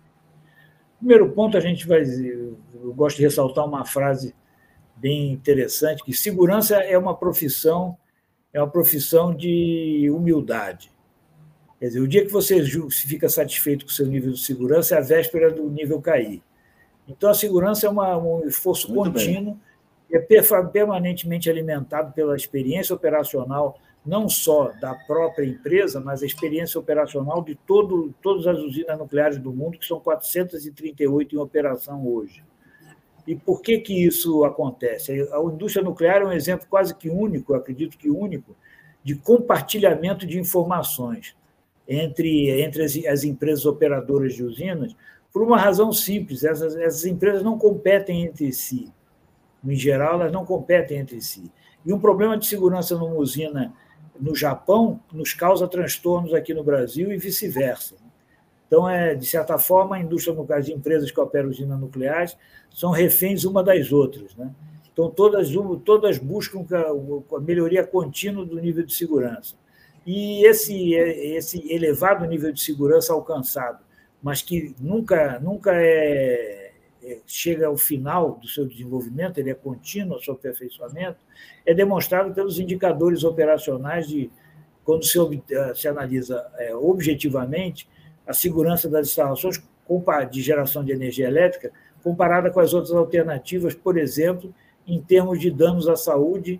Primeiro ponto, a gente vai dizer, eu gosto de ressaltar uma frase bem interessante, que segurança é uma profissão, é uma profissão de humildade. Quer dizer, o dia que você fica satisfeito com o seu nível de segurança é a véspera do nível cair. Então, a segurança é uma, um esforço Muito contínuo, bem. é permanentemente alimentado pela experiência operacional, não só da própria empresa, mas a experiência operacional de todo, todas as usinas nucleares do mundo, que são quatrocentas e trinta e oito em operação hoje. E por que, que isso acontece? A indústria nuclear é um exemplo quase que único, acredito que único, de compartilhamento de informações entre, entre as, as empresas operadoras de usinas, por uma razão simples: essas, essas empresas não competem entre si. Em geral, elas não competem entre si. E um problema de segurança numa usina no Japão nos causa transtornos aqui no Brasil e vice-versa. Então, é, de certa forma, a indústria nuclear, as empresas que operam usinas nucleares são reféns uma das outras, né? Então, todas, todas buscam a melhoria contínua do nível de segurança. E esse, esse elevado nível de segurança alcançado, mas que nunca, nunca é, é, chega ao final do seu desenvolvimento, ele é contínuo, ao seu aperfeiçoamento, é demonstrado pelos indicadores operacionais de, quando se, se analisa é, objetivamente a segurança das instalações de geração de energia elétrica comparada com as outras alternativas, por exemplo, em termos de danos à saúde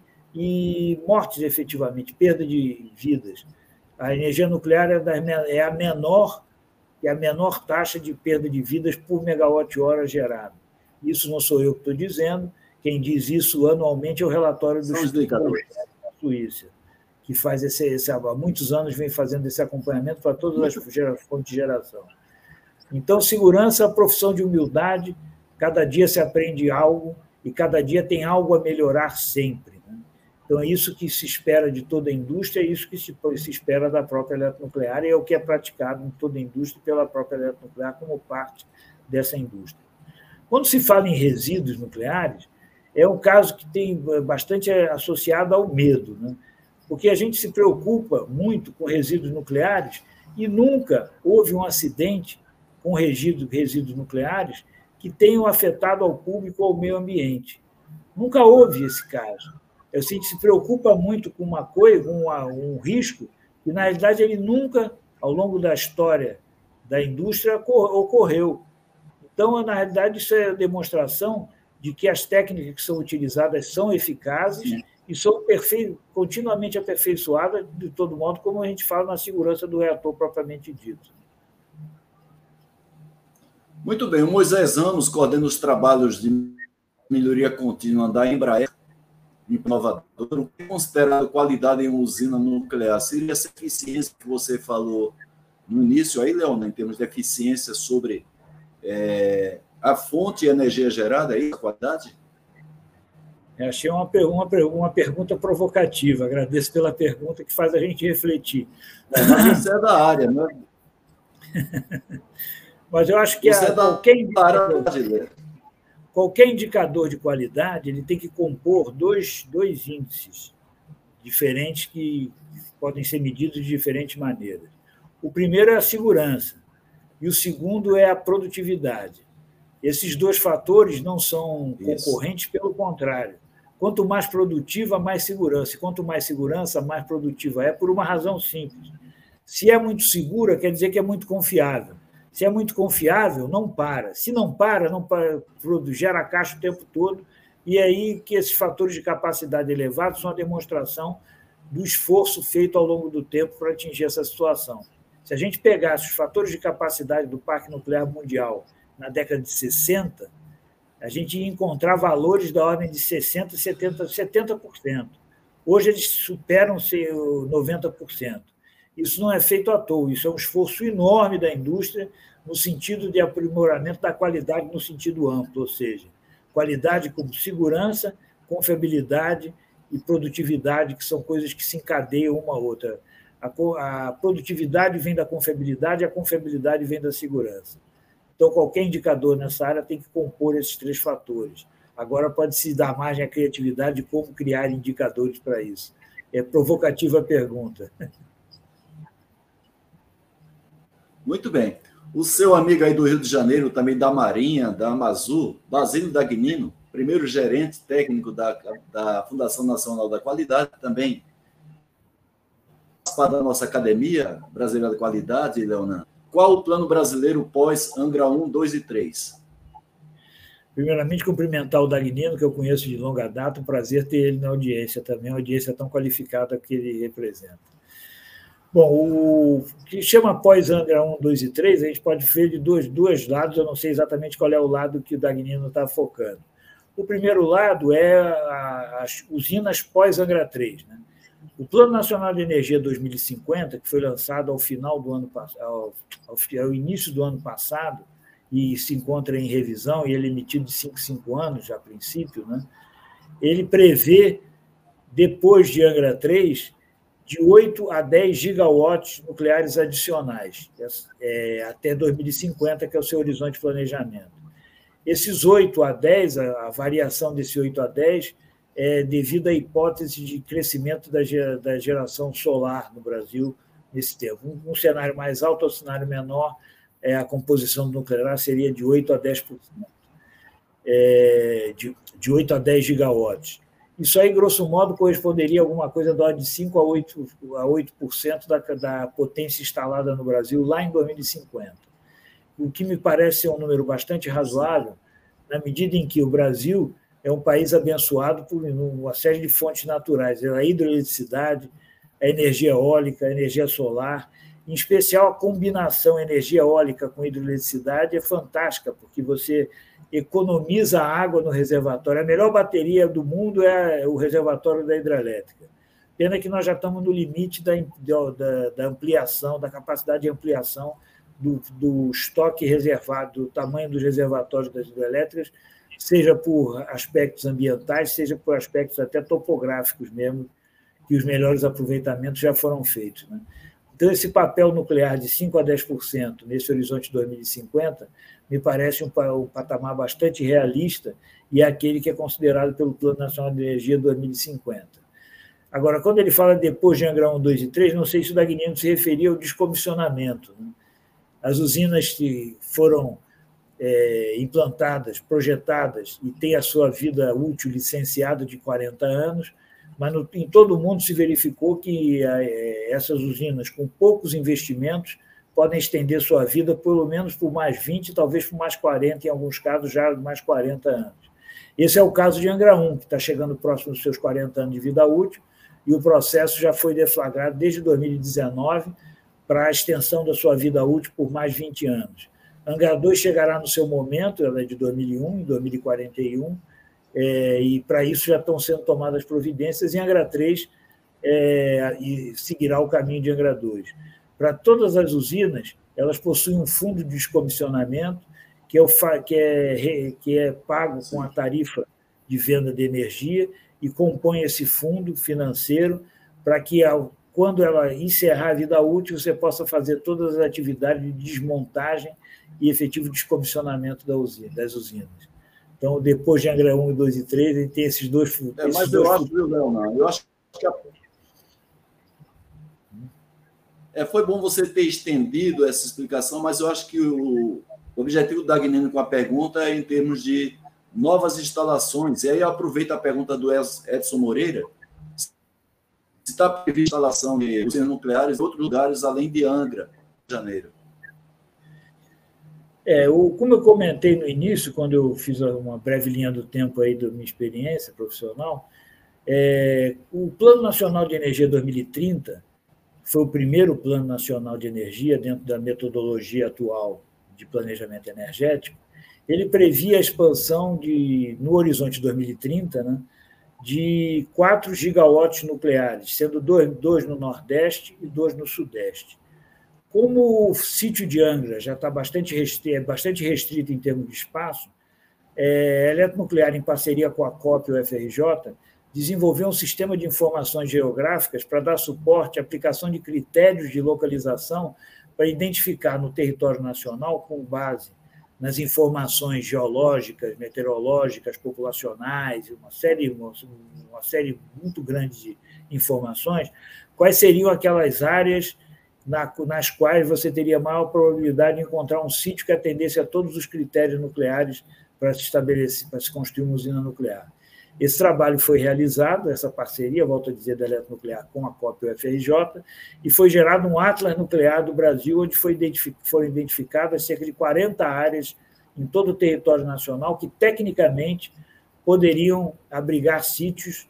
e mortes, efetivamente, perda de vidas. A energia nuclear é a menor, é a menor taxa de perda de vidas por megawatt-hora gerado. Isso não sou eu que estou dizendo, quem diz isso anualmente é o relatório do Instituto da Suíça, que faz esse, esse, há muitos anos vem fazendo esse acompanhamento para todas as fontes de geração. Então, segurança é a profissão de humildade, cada dia se aprende algo e cada dia tem algo a melhorar sempre, né? Então, é isso que se espera de toda a indústria, é isso que se, se espera da própria eletronuclear, e é o que é praticado em toda a indústria pela própria eletronuclear como parte dessa indústria. Quando se fala em resíduos nucleares, é um caso que tem bastante associado ao medo, né? Porque a gente se preocupa muito com resíduos nucleares e nunca houve um acidente com resíduos, resíduos nucleares que tenham afetado ao público ou ao meio ambiente. Nunca houve esse caso. A gente se preocupa muito com uma coisa, com uma, um risco, que, na realidade, ele nunca, ao longo da história da indústria, ocorreu. Então, na realidade, isso é a demonstração de que as técnicas que são utilizadas são eficazes Sim. e são perfe... continuamente aperfeiçoadas, de todo modo, como a gente fala na segurança do reator propriamente dito. Muito bem. O Moisés Ramos coordena os trabalhos de melhoria contínua da Embraer, inovador. O que é considerado qualidade em uma usina nuclear? Seria essa eficiência que você falou no início, aí, Leona, em termos de eficiência sobre é, a fonte e a energia gerada, é isso a qualidade? Eu achei uma, uma, uma pergunta provocativa. Agradeço pela pergunta que faz a gente refletir. É, mas isso é da área, né? Mas eu acho que Você a, é da quem, área brasileira. qualquer indicador de qualidade ele tem que compor dois, dois índices diferentes que podem ser medidos de diferentes maneiras. O primeiro é a segurança e o segundo é a produtividade. Esses dois fatores não são concorrentes, pelo contrário. Quanto mais produtiva, mais segurança. E quanto mais segurança, mais produtiva é, por uma razão simples. Se é muito segura, quer dizer que é muito confiável. Se é muito confiável, não para. Se não para, não para, gera caixa o tempo todo, e é aí que esses fatores de capacidade elevados são a demonstração do esforço feito ao longo do tempo para atingir essa situação. Se a gente pegasse os fatores de capacidade do Parque Nuclear Mundial na década de sessenta, a gente ia encontrar valores da ordem de sessenta por cento, setenta por cento, setenta por cento. Hoje eles superam noventa por cento. Isso não é feito à toa, isso é um esforço enorme da indústria no sentido de aprimoramento da qualidade no sentido amplo, ou seja, qualidade como segurança, confiabilidade e produtividade, que são coisas que se encadeiam uma à outra. A produtividade vem da confiabilidade, a confiabilidade vem da segurança. Então, qualquer indicador nessa área tem que compor esses três fatores. Agora, pode-se dar margem à criatividade de como criar indicadores para isso. É provocativa a pergunta. Muito bem. O seu amigo aí do Rio de Janeiro, também da Marinha, da Amazul, Basílio Dagnino, primeiro gerente técnico da, da Fundação Nacional da Qualidade, também participa da nossa Academia Brasileira da Qualidade, Leonan. Qual o plano brasileiro pós-Angra um, dois e três? Primeiramente, cumprimentar o Dagnino, que eu conheço de longa data, um prazer ter ele na audiência também, uma audiência tão qualificada que ele representa. Bom, o que chama pós-Angra um, dois e três, a gente pode ver de dois, dois lados, eu não sei exatamente qual é o lado que o Dagnino está focando. O primeiro lado é a, as usinas pós-Angra três, né? O Plano Nacional de Energia dois mil e cinquenta, que foi lançado ao final do ano ao, ao, ao início do ano passado e se encontra em revisão, e ele é emitido de cinco em cinco anos, a princípio, né? Ele prevê, depois de Angra três, de oito a dez gigawatts nucleares adicionais, é, até dois mil e cinquenta, que é o seu horizonte de planejamento. Esses oito a dez, a, a variação desse oito a dez, é devido à hipótese de crescimento da, da geração solar no Brasil nesse tempo. Um, um cenário mais alto ou um cenário menor, é, a composição do nuclear seria de oito a dez por cento, é, de, de oito a dez gigawatts. Isso aí, grosso modo, corresponderia a alguma coisa da ordem de cinco a oito por cento da, da potência instalada no Brasil lá em dois mil e cinquenta. O que me parece ser um número bastante razoável, na medida em que o Brasil é um país abençoado por uma série de fontes naturais, a hidroeletricidade, a energia eólica, a energia solar, em especial a combinação energia eólica com hidroeletricidade é fantástica, porque você economiza água no reservatório. A melhor bateria do mundo é o reservatório da hidrelétrica. Pena que nós já estamos no limite da, da, da ampliação, da capacidade de ampliação do, do estoque reservado, do tamanho dos reservatórios das hidrelétricas, seja por aspectos ambientais, seja por aspectos até topográficos mesmo, que os melhores aproveitamentos já foram feitos, né? Então, esse papel nuclear de cinco a dez por cento nesse horizonte de dois mil e cinquenta me parece um, um patamar bastante realista e é aquele que é considerado pelo Plano Nacional de Energia dois mil e cinquenta. Agora, quando ele fala depois de Angra um, dois e três, não sei se o Dagnino se referia ao descomissionamento, né? As usinas que foram é, implantadas, projetadas e têm a sua vida útil licenciada de quarenta anos, mas no, em todo o mundo se verificou que é, essas usinas, com poucos investimentos, podem estender sua vida pelo menos por mais vinte, talvez por mais quarenta, em alguns casos já mais quarenta anos. Esse é o caso de Angra um, que está chegando próximo dos seus quarenta anos de vida útil, e o processo já foi deflagrado desde dois mil e dezenove para a extensão da sua vida útil por mais vinte anos. Angra dois chegará no seu momento, ela é de dois mil e um, em dois mil e quarenta e um, é, e para isso já estão sendo tomadas providências, e Angra três é, e seguirá o caminho de Angra dois. Para todas as usinas, elas possuem um fundo de descomissionamento que é, o, que é, que é pago com a tarifa de venda de energia e compõe esse fundo financeiro para que, quando ela encerrar a vida útil, você possa fazer todas as atividades de desmontagem e efetivo descomissionamento da usina, das usinas. Então, depois de Angra um, dois e três, a gente tem esses dois... É, esses mas dois eu acho, viu, Leonardo? Eu acho que a... é, foi bom você ter estendido essa explicação, mas eu acho que o, o objetivo da Agnino com a pergunta é em termos de novas instalações. E aí eu aproveito a pergunta do Edson Moreira, se está prevista a instalação de usinas nucleares em outros lugares além de Angra, Rio de Janeiro. É, o, como eu comentei no início, quando eu fiz uma breve linha do tempo aí da minha experiência profissional, é, o Plano Nacional de Energia dois mil e trinta foi o primeiro Plano Nacional de Energia dentro da metodologia atual de planejamento energético. Ele previa a expansão de, no horizonte dois mil e trinta, né, de quatro gigawatts nucleares, sendo dois, dois no Nordeste e dois no Sudeste. Como o sítio de Angra já está bastante restrito, é bastante restrito em termos de espaço, é, a Eletronuclear, em parceria com a C O P e o F R J, desenvolveu um sistema de informações geográficas para dar suporte à aplicação de critérios de localização para identificar no território nacional, com base nas informações geológicas, meteorológicas, populacionais, uma série, uma, uma série muito grande de informações, quais seriam aquelas áreas nas quais você teria maior probabilidade de encontrar um sítio que atendesse a todos os critérios nucleares para se estabelecer, para se construir uma usina nuclear. Esse trabalho foi realizado, essa parceria, volto a dizer, da Eletronuclear com a C O P e o F R J, e foi gerado um Atlas Nuclear do Brasil, onde foi identific, foram identificadas cerca de quarenta áreas em todo o território nacional que, tecnicamente, poderiam abrigar sítios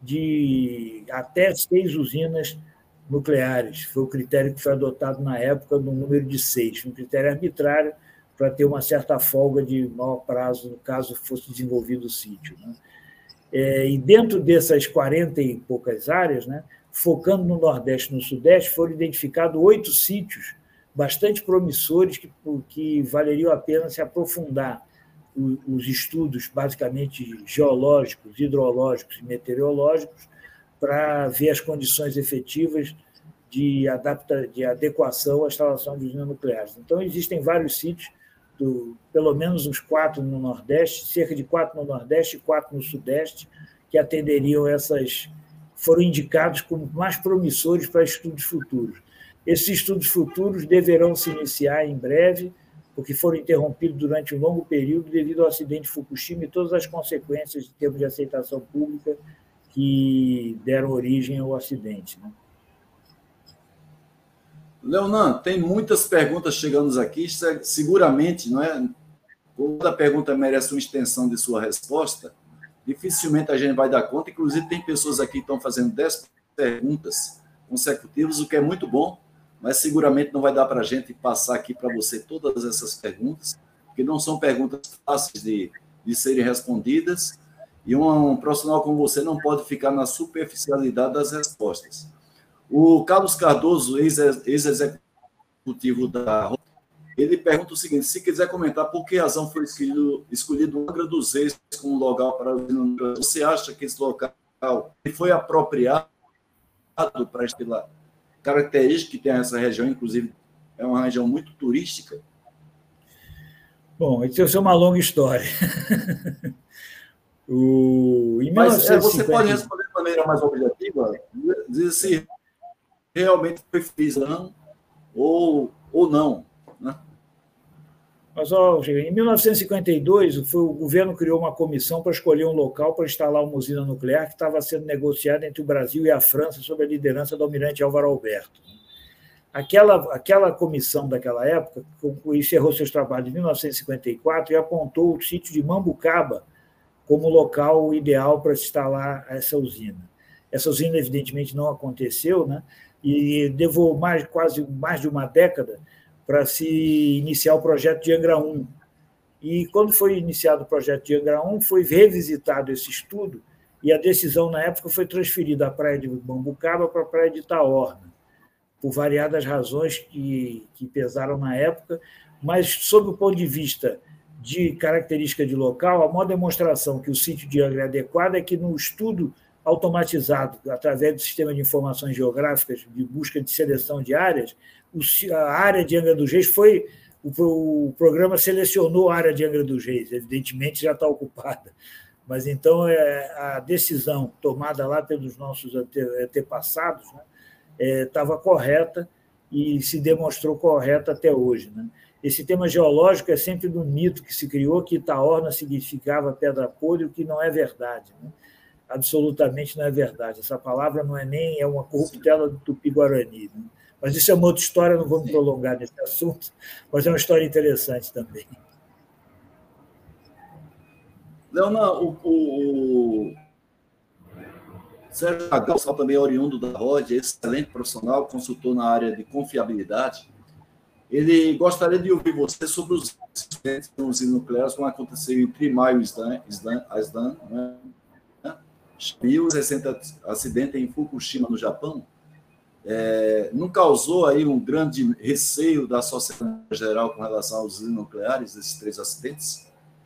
de até seis usinas nucleares. Foi o critério que foi adotado na época, no número de seis, um critério arbitrário para ter uma certa folga de maior prazo, no caso fosse desenvolvido o sítio, né? É, e dentro dessas quarenta e poucas áreas, né, focando no Nordeste e no Sudeste, foram identificados oito sítios bastante promissores que, que valeriam a pena se aprofundar os estudos, basicamente geológicos, hidrológicos e meteorológicos, para ver as condições efetivas de, adapta, de adequação à instalação de usinas nucleares. Então, existem vários sítios, do, pelo menos uns quatro no Nordeste, cerca de quatro no Nordeste e quatro no Sudeste, que atenderiam essas, foram indicados como mais promissores para estudos futuros. Esses estudos futuros deverão se iniciar em breve, porque foram interrompidos durante um longo período devido ao acidente de Fukushima e todas as consequências em termos de aceitação pública que deram origem ao acidente, né? Leonan, tem muitas perguntas chegando aqui, seguramente, não é? Toda pergunta merece uma extensão de sua resposta, dificilmente a gente vai dar conta, inclusive tem pessoas aqui que estão fazendo dez perguntas consecutivas, o que é muito bom, mas seguramente não vai dar para a gente passar aqui para você todas essas perguntas, porque não são perguntas fáceis de, de serem respondidas, e um, um profissional como você não pode ficar na superficialidade das respostas. O Carlos Cardoso, ex-executivo da... ele pergunta o seguinte, se quiser comentar por que razão foi escolhido, escolhido Angra dos Reis como local para... Você acha que esse local foi apropriado para esta característica que tem essa região, inclusive é uma região muito turística? Bom, isso é uma longa história. o... em Mas mil novecentos e cinquenta... é, você pode responder de maneira mais objetiva? Dizer se realmente foi feliz, não, ou, ou não, né? Mas, ó, em mil novecentos e cinquenta e dois, foi, o governo criou uma comissão para escolher um local para instalar uma usina nuclear que estava sendo negociada entre o Brasil e a França sob a liderança do almirante Álvaro Alberto. Aquela, aquela comissão daquela época encerrou seus trabalhos em mil novecentos e cinquenta e quatro e apontou o sítio de Mambucaba como local ideal para se instalar essa usina. Essa usina, evidentemente, não aconteceu, né? E levou mais, quase mais de uma década para se iniciar o projeto de Angra um. E, quando foi iniciado o projeto de Angra um, foi revisitado esse estudo e a decisão, na época, foi transferida da praia de Mambucaba para a praia de Itaorna, por variadas razões que, que pesaram na época, mas, sob o ponto de vista de característica de local, a maior demonstração que o sítio de Angra é adequado é que, no estudo automatizado, através do sistema de informações geográficas de busca de seleção de áreas, a área de Angra dos Reis foi o, o programa selecionou a área de Angra dos Reis, evidentemente já está ocupada. Mas, então, é, a decisão tomada lá pelos nossos antepassados, né, estava correta e se demonstrou correta até hoje, né? Esse tema geológico é sempre do mito que se criou, que Itaorna significava pedra podre, o que não é verdade, né? Absolutamente não é verdade. Essa palavra não é nem é uma corruptela do Tupi-Guarani, né? Mas isso é uma outra história, não vou me prolongar nesse assunto, mas é uma história interessante também. Leonan, o, o, o Sérgio Magal também é oriundo da R O D, excelente profissional, consultor na área de confiabilidade. Ele gostaria de ouvir você sobre os acidentes nucleares, como aconteceu em Three Mile Island, né? E o recente acidente em Fukushima, no Japão, é, não causou aí um grande receio da sociedade geral com relação aos nucleares, esses três acidentes?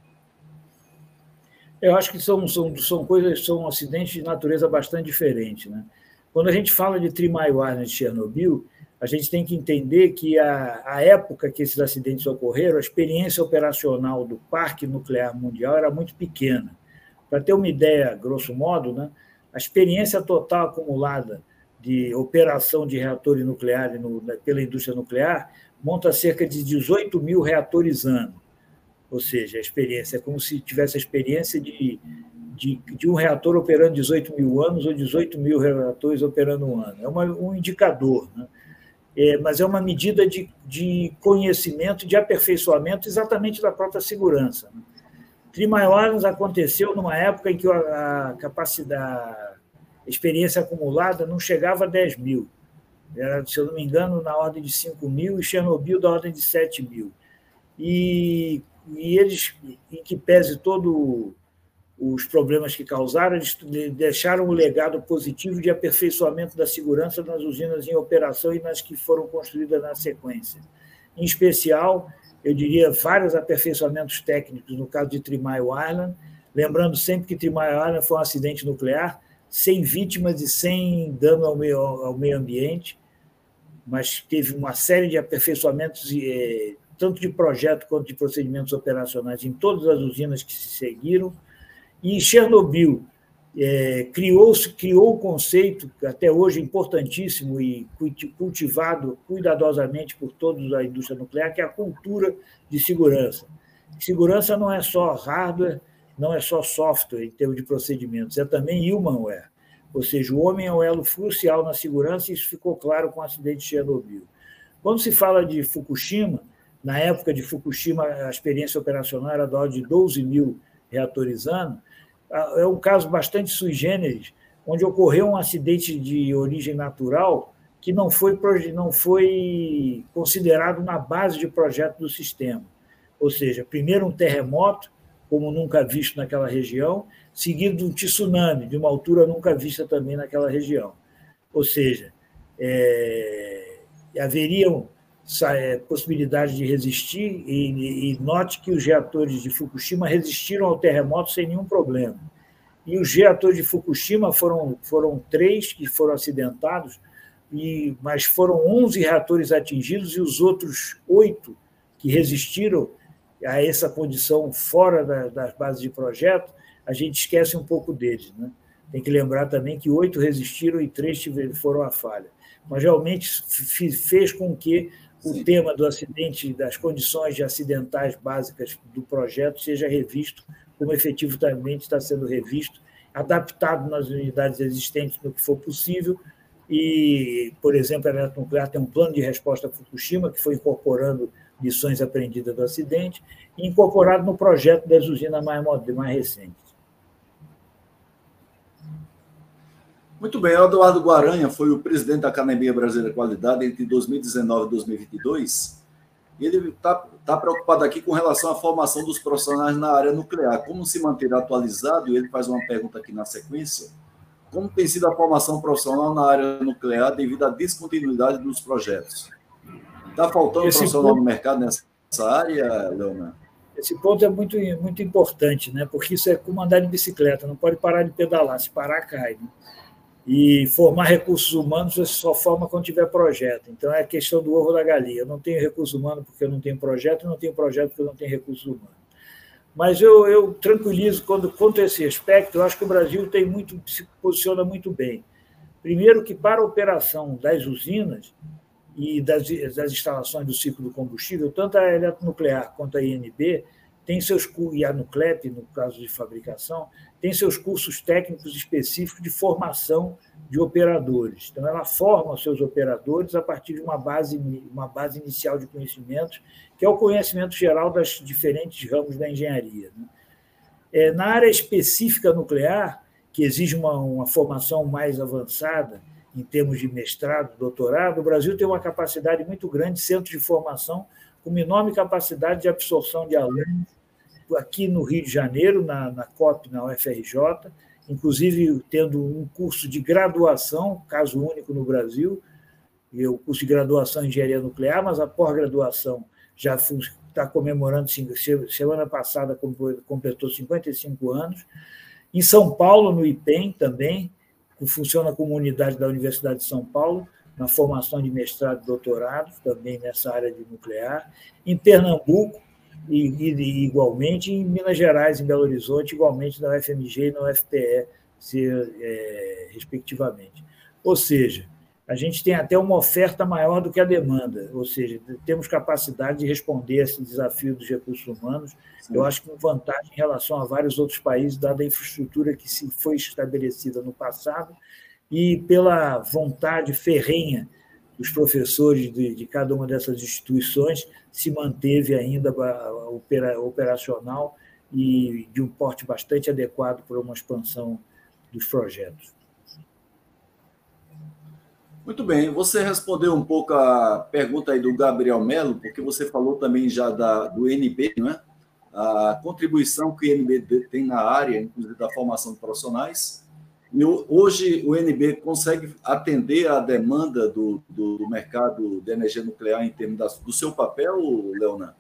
Eu acho que são, são, são coisas, são acidentes de natureza bastante diferente, né? Quando a gente fala de Three Mile Island de Chernobyl, a gente tem que entender que a, a época que esses acidentes ocorreram, a experiência operacional do Parque Nuclear Mundial era muito pequena. Para ter uma ideia, grosso modo, né, a experiência total acumulada de operação de reatores nucleares no, pela indústria nuclear monta cerca de dezoito mil reatores ano. Ou seja, a experiência é como se tivesse a experiência de, de, de um reator operando dezoito mil anos ou dezoito mil reatores operando um ano. É uma, um indicador, né? É, mas é uma medida de, de conhecimento, de aperfeiçoamento exatamente da própria segurança. Three Mile Island aconteceu numa época em que a capacidade, a experiência acumulada não chegava a dez mil. Era, se eu não me engano, na ordem de cinco mil e Chernobyl da ordem de sete mil. E, e eles, em que pese todos os problemas que causaram, eles deixaram um legado positivo de aperfeiçoamento da segurança nas usinas em operação e nas que foram construídas na sequência. Em especial, eu diria, vários aperfeiçoamentos técnicos no caso de Three Mile Island, lembrando sempre que Three Mile Island foi um acidente nuclear, sem vítimas e sem dano ao meio, ao meio ambiente, mas teve uma série de aperfeiçoamentos, tanto de projeto quanto de procedimentos operacionais, em todas as usinas que se seguiram. E Chernobyl é, criou, criou o conceito, que até hoje é importantíssimo e cultivado cuidadosamente por todos da indústria nuclear, que é a cultura de segurança. Segurança não é só hardware, não é só software em termos de procedimentos, é também humanware. Ou seja, o homem é um elo crucial na segurança, e isso ficou claro com o acidente de Chernobyl. Quando se fala de Fukushima, na época de Fukushima, a experiência operacional era da ordem de doze mil reatores ano. É um caso bastante sui generis, onde ocorreu um acidente de origem natural que não foi, não foi considerado na base de projeto do sistema. Ou seja, primeiro um terremoto, como nunca visto naquela região, seguido de um tsunami, de uma altura nunca vista também naquela região. Ou seja, é, haveriam possibilidade de resistir, e, e note que os reatores de Fukushima resistiram ao terremoto sem nenhum problema. E os reatores de Fukushima foram, foram três que foram acidentados, e, mas foram onze reatores atingidos e os outros oito que resistiram a essa condição fora da, das bases de projeto, a gente esquece um pouco deles, né? Tem que lembrar também que oito resistiram e três foram à falha. Mas realmente fez com que o Sim. tema do acidente, das condições de acidentais básicas do projeto seja revisto, como efetivamente está sendo revisto, adaptado nas unidades existentes no que for possível. E, por exemplo, a Eletronuclear tem um plano de resposta a Fukushima, que foi incorporando lições aprendidas do acidente, e incorporado no projeto das usinas mais, mais recentes. Muito bem, Eduardo Guaranha foi o presidente da Academia Brasileira de Qualidade entre dois mil e dezenove e dois mil e vinte e dois. E ele está tá preocupado aqui com relação à formação dos profissionais na área nuclear. Como se manter atualizado? E ele faz uma pergunta aqui na sequência. Como tem sido a formação profissional na área nuclear devido à descontinuidade dos projetos? Está faltando Esse profissional ponto... no mercado nessa área, Leonan? Esse ponto é muito, muito importante, né? Porque isso é como andar de bicicleta, não pode parar de pedalar, se parar, cai. Né? E formar recursos humanos você só forma quando tiver projeto. Então, é a questão do ovo da galinha. Eu não tenho recurso humano porque eu não tenho projeto, e não tenho projeto porque eu não tenho recursos humanos. Mas eu, eu tranquilizo quando, quanto a esse aspecto, eu acho que o Brasil tem muito, se posiciona muito bem. Primeiro que, para a operação das usinas e das, das instalações do ciclo do combustível, tanto a eletronuclear quanto a I N B, tem seus, e a Nuclep, no caso de fabricação, tem seus cursos técnicos específicos de formação de operadores. Então, ela forma os seus operadores a partir de uma base, uma base inicial de conhecimentos, que é o conhecimento geral das diferentes ramos da engenharia. É, na área específica nuclear, que exige uma, uma formação mais avançada, em termos de mestrado, doutorado, o Brasil tem uma capacidade muito grande, centro de formação, com uma enorme capacidade de absorção de alunos, aqui no Rio de Janeiro, na, na C O P, na U F R J, inclusive tendo um curso de graduação, caso único no Brasil, e o curso de graduação em engenharia nuclear, mas a pós-graduação já está comemorando, semana passada completou cinquenta e cinco anos. Em São Paulo, no I P E M também, que funciona como unidade da Universidade de São Paulo, na formação de mestrado e doutorado, também nessa área de nuclear. Em Pernambuco, e, e igualmente em Minas Gerais, em Belo Horizonte, igualmente na U F M G e na U F P E, se, é, respectivamente. Ou seja, a gente tem até uma oferta maior do que a demanda, ou seja, temos capacidade de responder a esse desafio dos recursos humanos. Sim. Eu acho que com vantagem em relação a vários outros países, dada a infraestrutura que se foi estabelecida no passado e pela vontade ferrenha dos professores de, de cada uma dessas instituições, se manteve ainda opera, operacional e de um porte bastante adequado para uma expansão dos projetos. Muito bem, você respondeu um pouco a pergunta aí do Gabriel Melo, porque você falou também já da, do I N B, não é? A contribuição que o I N B tem na área, inclusive da formação de profissionais. E hoje o I N B consegue atender à demanda do, do, do mercado de energia nuclear em termos da, do seu papel, Leonan?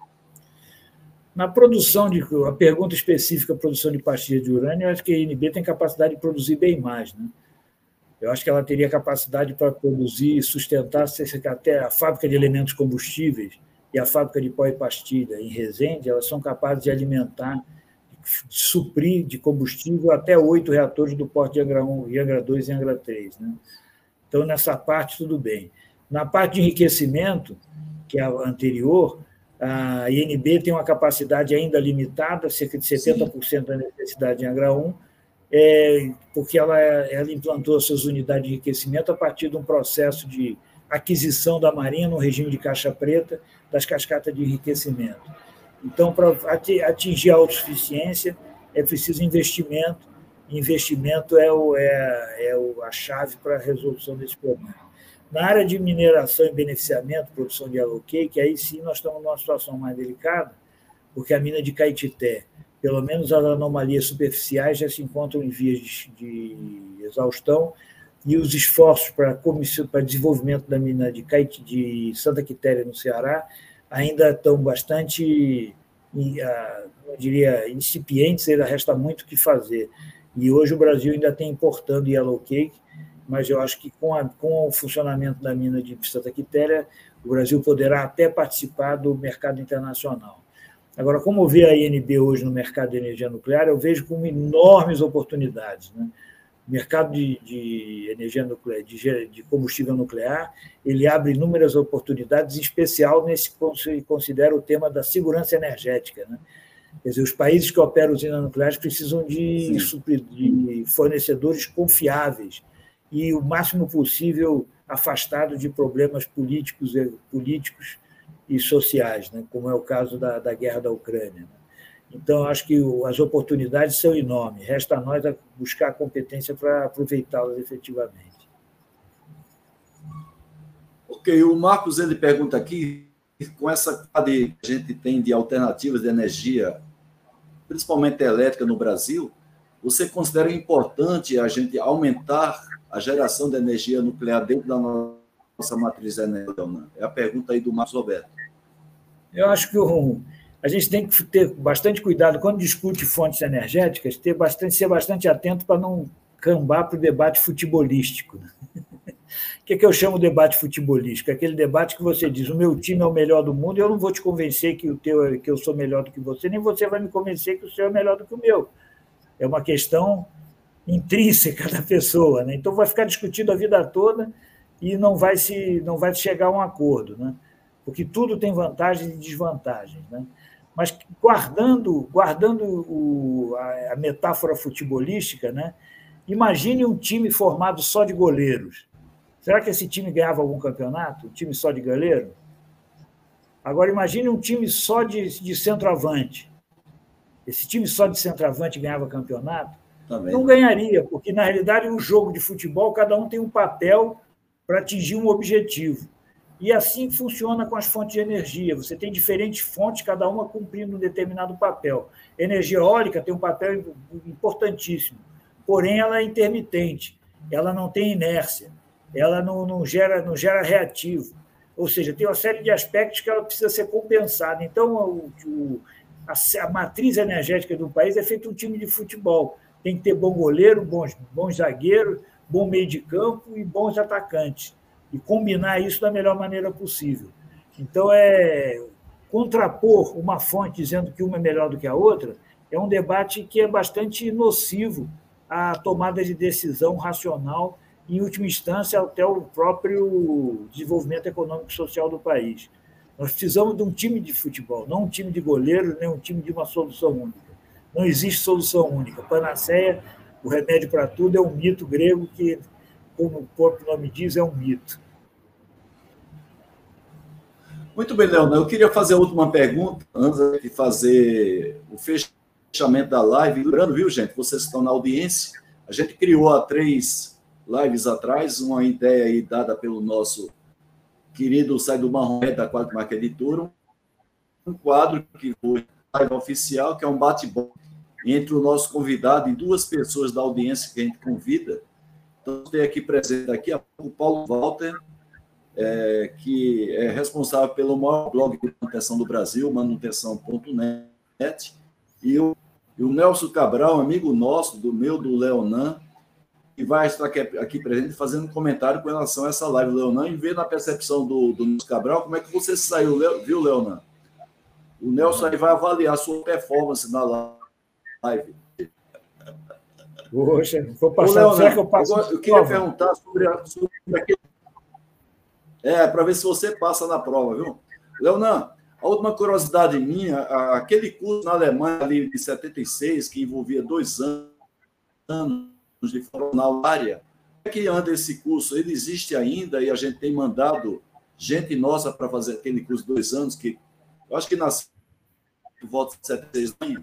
Na produção de... A pergunta específica, produção de pastilha de urânio, eu acho que a I N B tem capacidade de produzir bem mais, né? Eu acho que ela teria capacidade para produzir e sustentar até a fábrica de elementos combustíveis e a fábrica de pó e pastilha em Resende, elas são capazes de alimentar, de suprir de combustível até oito reatores do porte de Angra um, Angra dois e Angra três. Né? Então, nessa parte, tudo bem. Na parte de enriquecimento, que é a anterior, a I N B tem uma capacidade ainda limitada, cerca de setenta por cento da necessidade em Angra um, é, porque ela, ela implantou as suas unidades de enriquecimento a partir de um processo de aquisição da Marinha no regime de caixa preta das cascatas de enriquecimento. Então, para atingir a autossuficiência, é preciso investimento. Investimento é, o, é, é a chave para a resolução desse problema. Na área de mineração e beneficiamento, produção de yellow cake, aí sim nós estamos numa situação mais delicada, porque a mina de Caetité, pelo menos as anomalias superficiais já se encontram em vias de, de exaustão, e os esforços para, para desenvolvimento da mina de, Caetité, de Santa Quitéria, no Ceará, ainda estão bastante, eu diria, incipientes, ainda resta muito o que fazer. E hoje o Brasil ainda tem importando yellow cake, mas eu acho que com, a, com o funcionamento da mina de Santa Quitéria, o Brasil poderá até participar do mercado internacional. Agora, como vê a I N B hoje no mercado de energia nuclear, eu vejo com enormes oportunidades, né? O mercado de, de energia nuclear, de, de combustível nuclear, ele abre inúmeras oportunidades, em especial nesse que considera o tema da segurança energética, né? Quer dizer, os países que operam usinas nucleares precisam de, de fornecedores confiáveis e o máximo possível afastado de problemas políticos, políticos e sociais, né? Como é o caso da, da guerra da Ucrânia, né? Então, acho que as oportunidades são enormes. Resta a nós buscar a competência para aproveitá-las efetivamente. Ok, o Marcos ele pergunta aqui, com essa que a gente tem de alternativas de energia, principalmente elétrica no Brasil, você considera importante a gente aumentar a geração de energia nuclear dentro da nossa matriz energética? É a pergunta aí do Marcos Roberto. Eu acho que o... A gente tem que ter bastante cuidado quando discute fontes energéticas, ter bastante, ser bastante atento para não cambar para o debate futebolístico. O que, é que eu chamo de debate futebolístico? É aquele debate que você diz, o meu time é o melhor do mundo, e eu não vou te convencer que, o teu, que eu sou melhor do que você, nem você vai me convencer que o seu é melhor do que o meu. É uma questão intrínseca da pessoa, né? Então vai ficar discutido a vida toda e não vai se não vai chegar a um acordo, né? Porque tudo tem vantagens e desvantagens, né? Mas guardando guardando o, a, a metáfora futebolística, né? Imagine um time formado só de goleiros. Será que esse time ganhava algum campeonato? Um time só de goleiro? Agora imagine um time só de, de centroavante. Esse time só de centroavante ganhava campeonato? Também não ganharia, porque, na realidade, o jogo de futebol, cada um tem um papel para atingir um objetivo. E assim funciona com as fontes de energia. Você tem diferentes fontes, cada uma cumprindo um determinado papel. A energia eólica tem um papel importantíssimo, porém ela é intermitente, ela não tem inércia, ela não, não, gera, não gera reativo. Ou seja, tem uma série de aspectos que ela precisa ser compensada. Então, o, o, a, a matriz energética do país é feita um time de futebol. Tem que ter bom goleiro, bons, bons zagueiros, bom meio de campo e bons atacantes. E combinar isso da melhor maneira possível. Então, é contrapor uma fonte dizendo que uma é melhor do que a outra é um debate que é bastante nocivo à tomada de decisão racional, em última instância, até o próprio desenvolvimento econômico e social do país. Nós precisamos de um time de futebol, não um time de goleiros, nem um time de uma solução única. Não existe solução única. Panaceia, o remédio para tudo, é um mito grego que, como o próprio nome diz, é um mito. Muito bem, Leonel. Eu queria fazer a última pergunta, antes de fazer o fechamento da live. Lembrando, viu, gente, vocês estão na audiência, a gente criou há três lives atrás uma ideia aí dada pelo nosso querido Saido Marrom, da Quadro Marca Editora, um quadro que foi live oficial, que é um bate-bola entre o nosso convidado e duas pessoas da audiência que a gente convida. Então, tem aqui presente aqui o Paulo Walter, é, que é responsável pelo maior blog de manutenção do Brasil, manutenção ponto net, e o, e o Nelson Cabral, amigo nosso, do meu, do Leonan, que vai estar aqui, aqui presente fazendo um comentário com relação a essa live, Leonan, e ver na percepção do, do Nelson Cabral como é que você saiu, viu, Leonan? O Nelson aí vai avaliar a sua performance na live. Poxa, vou passar. Ô, será que eu passo? Agora, eu queria prova? perguntar sobre, a, sobre aquele... É, para ver se você passa na prova, viu? Leonan, a última curiosidade minha, aquele curso na Alemanha ali de setenta e seis, que envolvia dois anos de formação na área, como é que anda esse curso? Ele existe ainda e a gente tem mandado gente nossa para fazer aquele curso de dois anos, que eu acho que nasceu por volta de setenta e seis.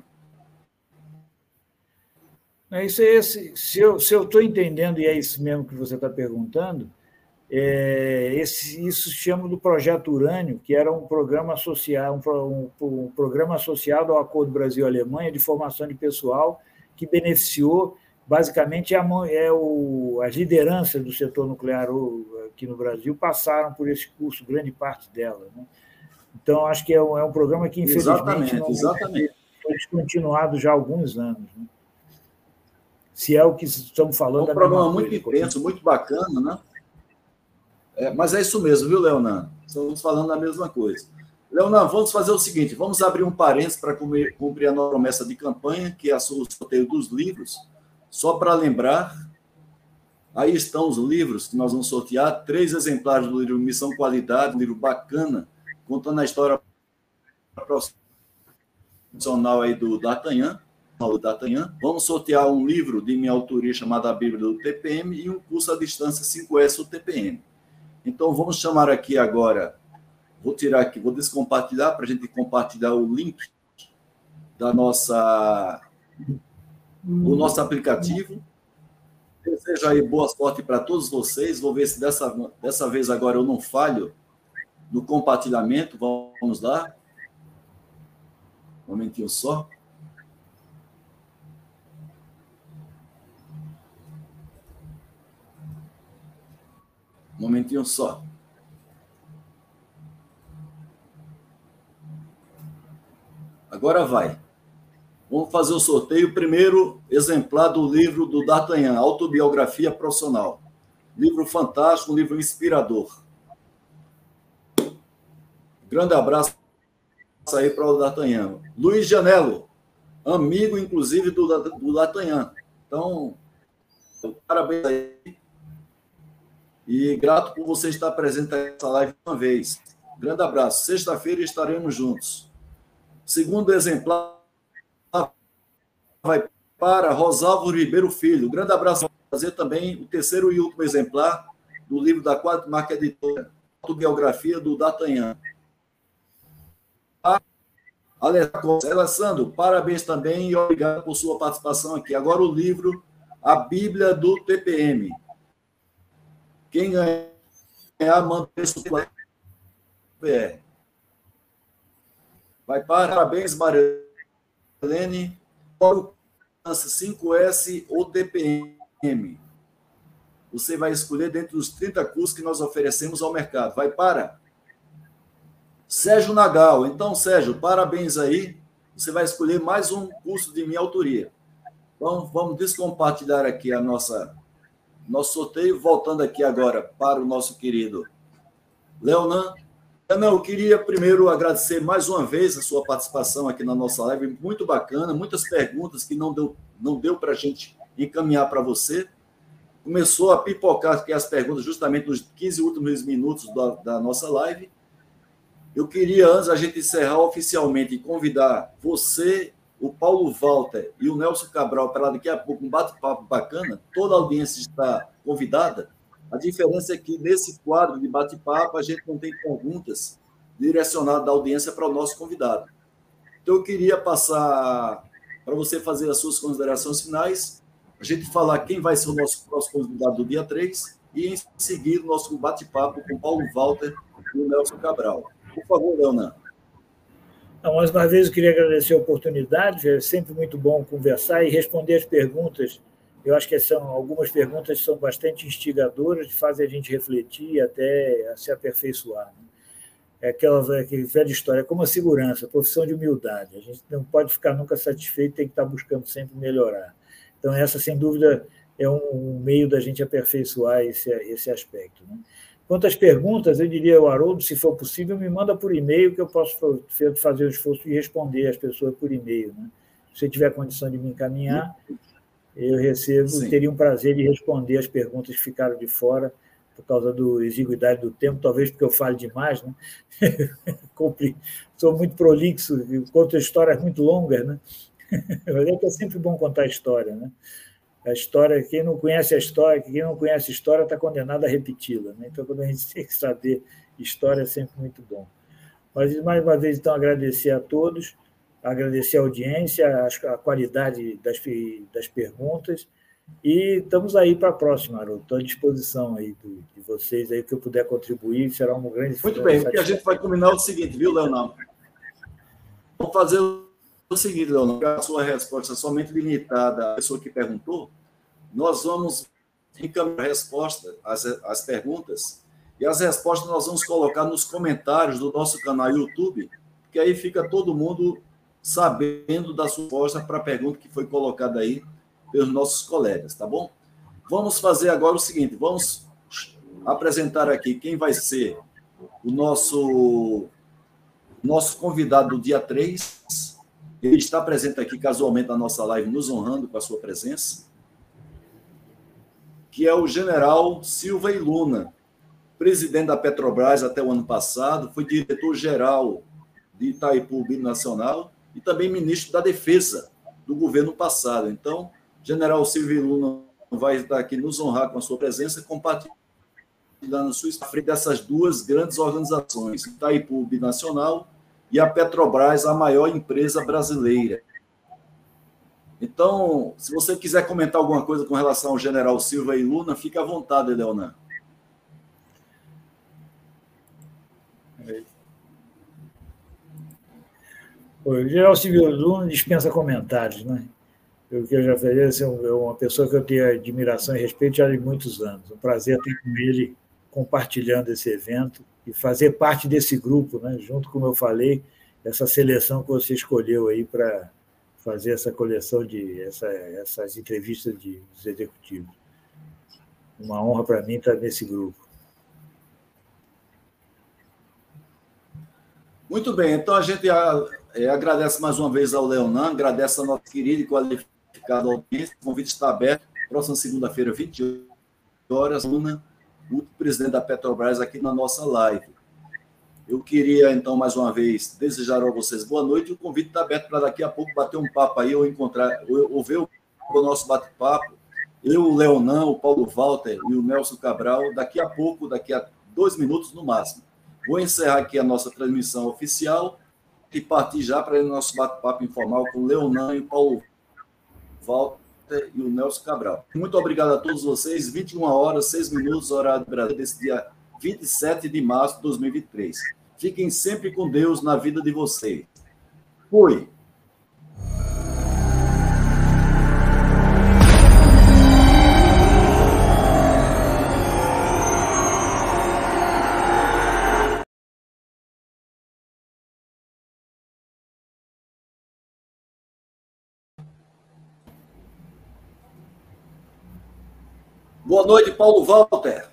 É isso aí, se eu estou entendendo, e é isso mesmo que você está perguntando, é, esse, isso se chama do Projeto Urânio, que era um programa associado, um, um, um programa associado ao Acordo Brasil-Alemanha de formação de pessoal, que beneficiou, basicamente, a, é o, as lideranças do setor nuclear aqui no Brasil passaram por esse curso, grande parte dela, né? Então, acho que é um, é um programa que, infelizmente, exatamente, não exatamente. foi descontinuado já há alguns anos, né? Se é o que estamos falando. É um programa muito intenso, muito bacana, né? É, mas é isso mesmo, viu, Leonan? Estamos falando da mesma coisa. Leonan, vamos fazer o seguinte, vamos abrir um parênteses para cumprir a nossa promessa de campanha, que é o sorteio dos livros. Só para lembrar, aí estão os livros que nós vamos sortear, três exemplares do livro Missão Qualidade, um livro bacana, contando a história profissional aí do D'Artagnan, do D'Artagnan. Vamos sortear um livro de minha autoria chamado A Bíblia do T P M e um curso à distância cinco S U T P M. Então, vamos chamar aqui agora, vou tirar aqui, vou descompartilhar para a gente compartilhar o link da nossa, do nosso aplicativo. Desejo aí boa sorte para todos vocês. Vou ver se dessa, dessa vez agora eu não falho no compartilhamento. Vamos lá. Um momentinho só. Um momentinho só. Agora vai. Vamos fazer o sorteio. Primeiro exemplar do livro do D'Artagnan, Autobiografia Profissional. Livro fantástico, um livro inspirador. Grande abraço aí para o D'Artagnan. Luiz Janelo, amigo, inclusive, do, do D'Artagnan. Então, parabéns aí. E grato por você estar presente nessa live uma vez. Grande abraço. Sexta-feira estaremos juntos. Segundo exemplar vai para Rosalvo Ribeiro Filho. Grande abraço. Fazer também o terceiro e último exemplar do livro da Quadra Marca Editora, Autobiografia do D'Artagnan. Alessandro, parabéns também e obrigado por sua participação aqui. Agora o livro A Bíblia do T P M. Quem ganhar, manda isso para o R. Vai para, parabéns, Marilene. cinco S ou T P M. Você vai escolher dentro dos trinta cursos que nós oferecemos ao mercado. Vai para Sérgio Nagal. Então, Sérgio, parabéns aí. Você vai escolher mais um curso de minha autoria. Então, vamos descompartilhar aqui a nossa nosso sorteio. Voltando aqui agora para o nosso querido Leonan. Não, eu queria primeiro agradecer mais uma vez a sua participação aqui na nossa live, muito bacana, muitas perguntas que não deu, não deu para a gente encaminhar para você. Começou a pipocar aqui as perguntas justamente nos quinze últimos minutos da, da nossa live. Eu queria, antes da gente encerrar oficialmente, convidar você, o Paulo Walter e o Nelson Cabral para daqui a pouco um bate-papo bacana. Toda a audiência está convidada. A diferença é que, nesse quadro de bate-papo, a gente não tem perguntas direcionadas da audiência para o nosso convidado. Então, eu queria passar para você fazer as suas considerações finais, a gente falar quem vai ser o nosso próximo convidado do dia três e, em seguida, o nosso bate-papo com Paulo Walter e o Nelson Cabral. Por favor, Leonan. Mais uma vez, eu queria agradecer a oportunidade. É sempre muito bom conversar e responder as perguntas. Eu acho que são algumas perguntas que são bastante instigadoras, fazem a gente refletir e até se aperfeiçoar. Né? É aquela, aquela velha história, como a segurança, a profissão de humildade. A gente não pode ficar nunca satisfeito, tem que estar buscando sempre melhorar. Então, essa, sem dúvida, é um meio da gente aperfeiçoar esse, esse aspecto. Né? Quanto às perguntas, eu diria ao Haroldo, se for possível, me manda por e-mail, que eu posso fazer o esforço de responder às pessoas por e-mail. Né? Se você tiver condição de me encaminhar, eu recebo e teria um prazer de responder as perguntas que ficaram de fora por causa da exiguidade do tempo, talvez porque eu falo demais, né? Sou muito prolixo, conto histórias muito longas, né? É sempre bom contar história, né? A história, quem não conhece a história, quem não conhece a história está condenado a repeti-la, né? Então, quando a gente tem que saber história, é sempre muito bom. Mas, mais uma vez, então, agradecer a todos, agradecer a audiência, a qualidade das, das perguntas, e estamos aí para a próxima, Haroldo. Estou à disposição aí do, de vocês, aí, que eu puder contribuir, será uma grande... Muito bem, o que a gente vai combinar é o seguinte, viu, Leonardo? Vamos fazer o seguinte, Leonardo, a sua resposta é somente limitada à pessoa que perguntou, nós vamos encaminhar a resposta às, às perguntas, e as respostas nós vamos colocar nos comentários do nosso canal YouTube, que aí fica todo mundo sabendo da sua resposta para a pergunta que foi colocada aí pelos nossos colegas, tá bom? Vamos fazer agora o seguinte, vamos apresentar aqui quem vai ser o nosso, nosso convidado do dia três. Ele está presente aqui casualmente na nossa live, nos honrando com a sua presença, que é o general Silva e Luna, presidente da Petrobras até o ano passado, foi diretor-geral de Itaipu Binacional e também ministro da Defesa do governo passado. Então, general Silva e Luna vai estar aqui nos honrar com a sua presença, compartilhando a sua frente dessas duas grandes organizações, Itaipu Binacional e a Petrobras, a maior empresa brasileira. Então, se você quiser comentar alguma coisa com relação ao general Silva e Luna, fique à vontade, Leonan. O general Silva e Luna dispensa comentários, né? O que eu já falei, é uma pessoa que eu tenho admiração e respeito já há muitos anos. Um prazer ter com ele compartilhando esse evento e fazer parte desse grupo, né? Junto, como eu falei, essa seleção que você escolheu aí para fazer essa coleção de essa, essas entrevistas de, dos executivos. Uma honra para mim estar nesse grupo. Muito bem, então a gente é, agradece mais uma vez ao Leonan, agradece a nossa querida e qualificada audiência. O convite está aberto. Próxima segunda-feira, vinte horas, Luna, o presidente da Petrobras, aqui na nossa live. Eu queria, então, mais uma vez, desejar a vocês boa noite. O convite está aberto para daqui a pouco bater um papo aí, ou encontrar, ou, ou ver o, o nosso bate-papo. Eu, o Leonan, o Paulo Walter e o Nelson Cabral, daqui a pouco, daqui a dois minutos no máximo. Vou encerrar aqui a nossa transmissão oficial e partir já para o nosso bate-papo informal com o Leonan e o Paulo Walter e o Nelson Cabral. Muito obrigado a todos vocês. vinte e uma horas, seis minutos, horário do Brasil, desse dia vinte e sete de março de dois mil e vinte e três. Fiquem sempre com Deus na vida de vocês. Fui. Boa noite, Paulo Walter.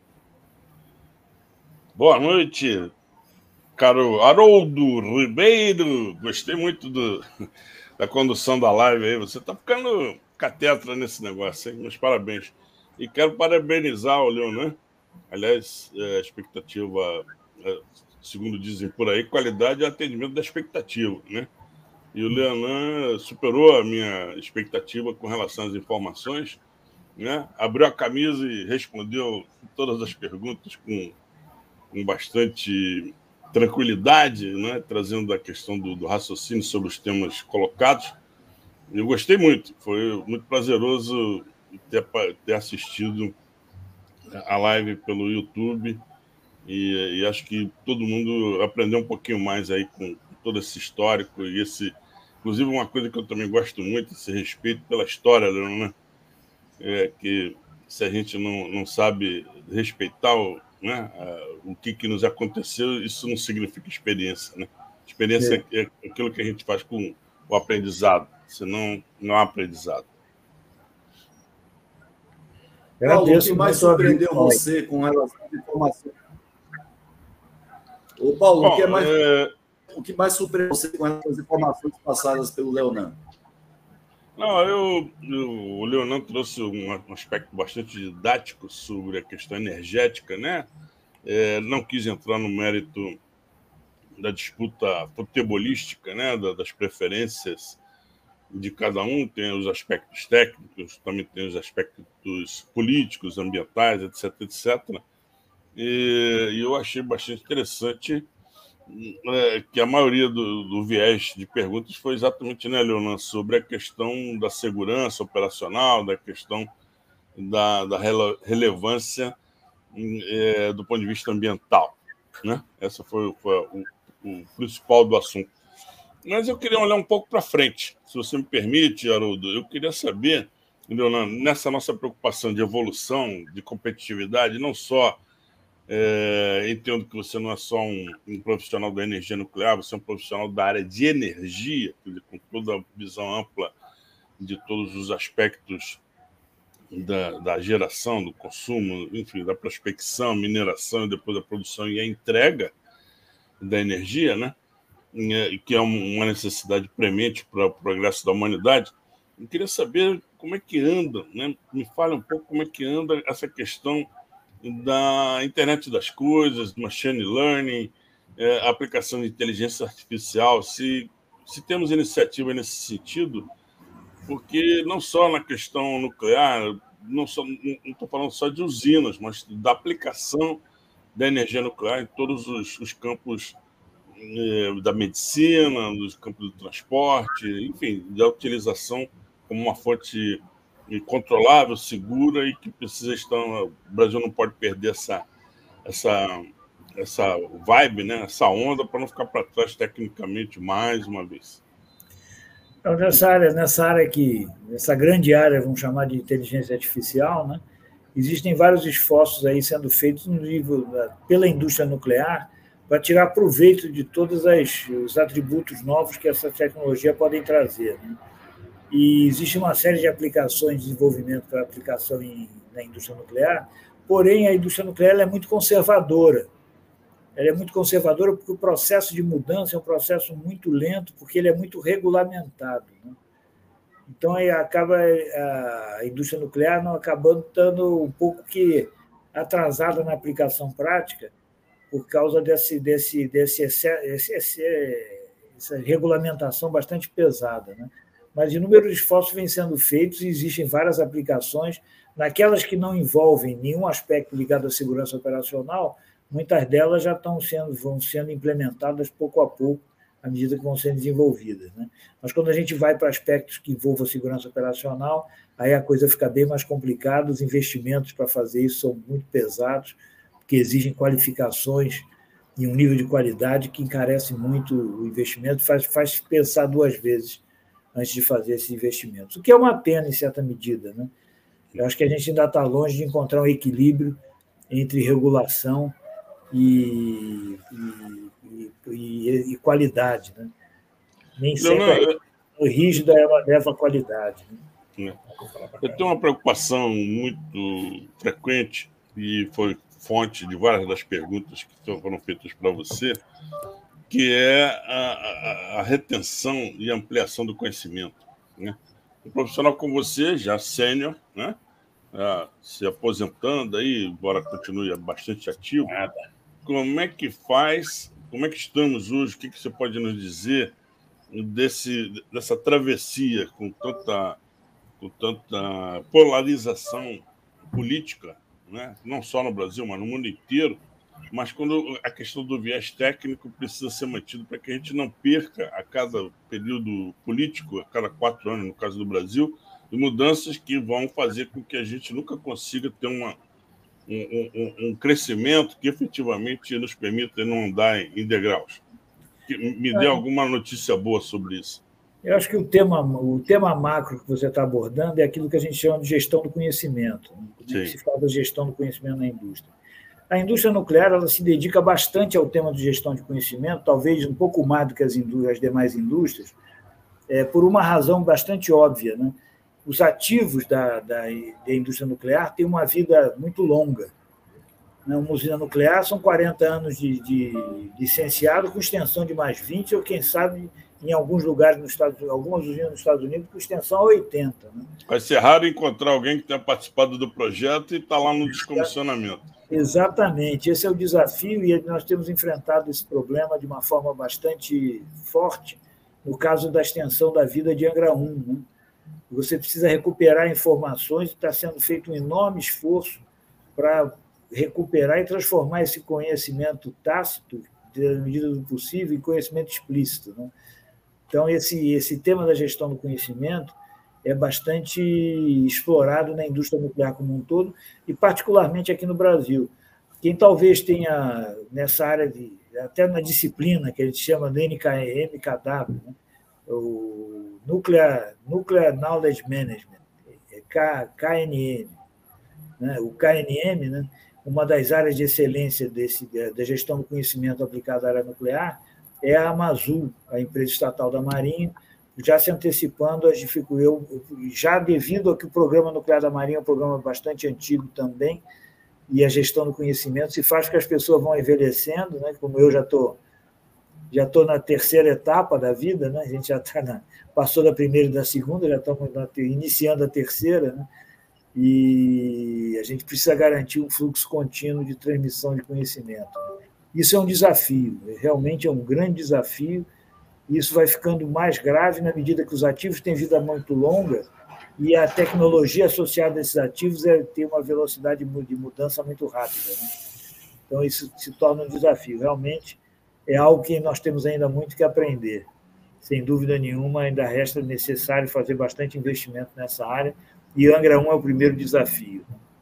Boa noite, caro Haroldo Ribeiro. Gostei muito do, da condução da live aí. Você está ficando catetra nesse negócio, hein? Meus parabéns. E quero parabenizar o Leonan. Aliás, a expectativa, segundo dizem por aí, qualidade e atendimento da expectativa, né? E o Leonan superou a minha expectativa com relação às informações, né? Abriu a camisa e respondeu todas as perguntas com, com bastante tranquilidade, né? Trazendo a questão do, do raciocínio sobre os temas colocados. Eu gostei muito, foi muito prazeroso ter, ter assistido a live pelo YouTube e, e acho que todo mundo aprendeu um pouquinho mais aí com todo esse histórico e esse, inclusive uma coisa que eu também gosto muito, esse respeito pela história, né? É que se a gente não, não sabe respeitar o, né, o que, que nos aconteceu, isso não significa experiência, né? Experiência é. é aquilo que a gente faz com o aprendizado, senão não há aprendizado. Paulo, o que mais surpreendeu você com relação à informação? Ô, Paulo, Bom, o, que é mais, é... o que mais surpreendeu você com relação às informações passadas pelo Leonan? Não, eu, eu, o Leonan trouxe um, um aspecto bastante didático sobre a questão energética, né? É, não quis entrar no mérito da disputa futebolística, né? Da, das preferências de cada um, tem os aspectos técnicos, também tem os aspectos políticos, ambientais, etc, etcétera. E, e eu achei bastante interessante é, que a maioria do, do viés de perguntas foi exatamente, né, Leonan, sobre a questão da segurança operacional, da questão da, da rele, relevância é, do ponto de vista ambiental, né? Essa foi, foi o, o principal do assunto. Mas eu queria olhar um pouco para frente, se você me permite, Haroldo. Eu queria saber, Leonan, nessa nossa preocupação de evolução, de competitividade, não só É, entendo que você não é só um, um profissional da energia nuclear, você é um profissional da área de energia, com toda a visão ampla de todos os aspectos da, da geração, do consumo, enfim, da prospecção, mineração e depois da produção e a entrega da energia, né? Que é uma necessidade premente para o progresso da humanidade. Eu queria saber como é que anda, né? Me fale um pouco como é que anda essa questão da internet das coisas, machine learning, é, aplicação de inteligência artificial, se, se temos iniciativa nesse sentido, porque não só na questão nuclear, não estou falando só de usinas, mas da aplicação da energia nuclear em todos os, os campos é, da medicina, nos campos do transporte, enfim, da utilização como uma fonte controlável, segura e que precisa estar... O Brasil não pode perder essa, essa, essa vibe, né? Essa onda, para não ficar para trás tecnicamente mais uma vez. Então, nessa área, nessa área que, nessa grande área, vamos chamar de inteligência artificial, né? Existem vários esforços aí sendo feitos no nível da, pela indústria nuclear para tirar proveito de todos as, os atributos novos que essa tecnologia podem trazer, né? E existe uma série de aplicações de desenvolvimento para aplicação em, na indústria nuclear, porém a indústria nuclear ela é muito conservadora. Ela é muito conservadora porque o processo de mudança é um processo muito lento, porque ele é muito regulamentado, né? Então, aí acaba a indústria nuclear não acabando estando um pouco que atrasada na aplicação prática por causa desse, desse, desse esse, esse, essa regulamentação bastante pesada, né? Mas inúmeros esforços vêm sendo feitos e existem várias aplicações. Naquelas que não envolvem nenhum aspecto ligado à segurança operacional, muitas delas já estão sendo, vão sendo implementadas pouco a pouco, à medida que vão sendo desenvolvidas, né? Mas quando a gente vai para aspectos que envolvam a segurança operacional, aí a coisa fica bem mais complicada, os investimentos para fazer isso são muito pesados, porque exigem qualificações e um nível de qualidade que encarece muito o investimento, faz, faz pensar duas vezes antes de fazer esses investimentos, o que é uma pena em certa medida, né? Eu acho que a gente ainda está longe de encontrar um equilíbrio entre regulação e, e, e, e qualidade, né? Nem sempre não, não, o rígido leva a qualidade, né? Eu tenho uma preocupação muito frequente, e foi fonte de várias das perguntas que foram feitas para você, que é a, a, a retenção e ampliação do conhecimento, né? Um profissional como você, já sênior, né? Ah, se aposentando aí, embora continue bastante ativo, Nada. Como é que faz, como é que estamos hoje, o que, que você pode nos dizer desse, dessa travessia com tanta, com tanta polarização política, né? Não só no Brasil, mas no mundo inteiro, mas quando a questão do viés técnico precisa ser mantido para que a gente não perca a cada período político, a cada quatro anos, no caso do Brasil, e mudanças que vão fazer com que a gente nunca consiga ter uma, um, um, um crescimento que efetivamente nos permita não andar em, em degraus. Me dê alguma notícia boa sobre isso. Eu acho que o tema, o tema macro que você está abordando é aquilo que a gente chama de gestão do conhecimento, né? Como é que se fala da gestão do conhecimento na indústria. A indústria nuclear ela se dedica bastante ao tema de gestão de conhecimento, talvez um pouco mais do que as, indústrias, as demais indústrias, é, por uma razão bastante óbvia, né? Os ativos da, da, da indústria nuclear têm uma vida muito longa. Uma usina nuclear são quarenta anos de, de licenciado, com extensão de mais vinte, ou quem sabe, em alguns lugares, nos Estados, algumas usinas nos Estados Unidos, com extensão a oitenta. Né? Vai ser raro encontrar alguém que tenha participado do projeto e está lá no descomissionamento. Exatamente, esse é o desafio e nós temos enfrentado esse problema de uma forma bastante forte no caso da extensão da vida de Angra um. Né? Você precisa recuperar informações e está sendo feito um enorme esforço para recuperar e transformar esse conhecimento tácito, na medida do possível, em conhecimento explícito. Né? Então, esse, esse tema da gestão do conhecimento é bastante explorado na indústria nuclear como um todo, e particularmente aqui no Brasil. Quem talvez tenha, nessa área, de, até na disciplina, que a gente chama de N K M K W, né? O Nuclear, Nuclear Knowledge Management, K N M. Né? O K N M, né? Uma das áreas de excelência desse, da gestão do conhecimento aplicado à área nuclear é a Amazul, a empresa estatal da Marinha, já se antecipando às dificuldades, já devido a que o programa nuclear da Marinha é um programa bastante antigo também, e a gestão do conhecimento se faz com que as pessoas vão envelhecendo, né? Como eu já estou já estou na terceira etapa da vida, né? A gente já tá na, passou da primeira e da segunda, já estamos na, iniciando a terceira, né? E a gente precisa garantir um fluxo contínuo de transmissão de conhecimento. Isso é um desafio, realmente é um grande desafio, e isso vai ficando mais grave na medida que os ativos têm vida muito longa e a tecnologia associada a esses ativos é ter uma velocidade de mudança muito rápida. Né? Então, isso se torna um desafio. Realmente, é algo que nós temos ainda muito que aprender. Sem dúvida nenhuma, ainda resta necessário fazer bastante investimento nessa área, e Angra um é o primeiro desafio.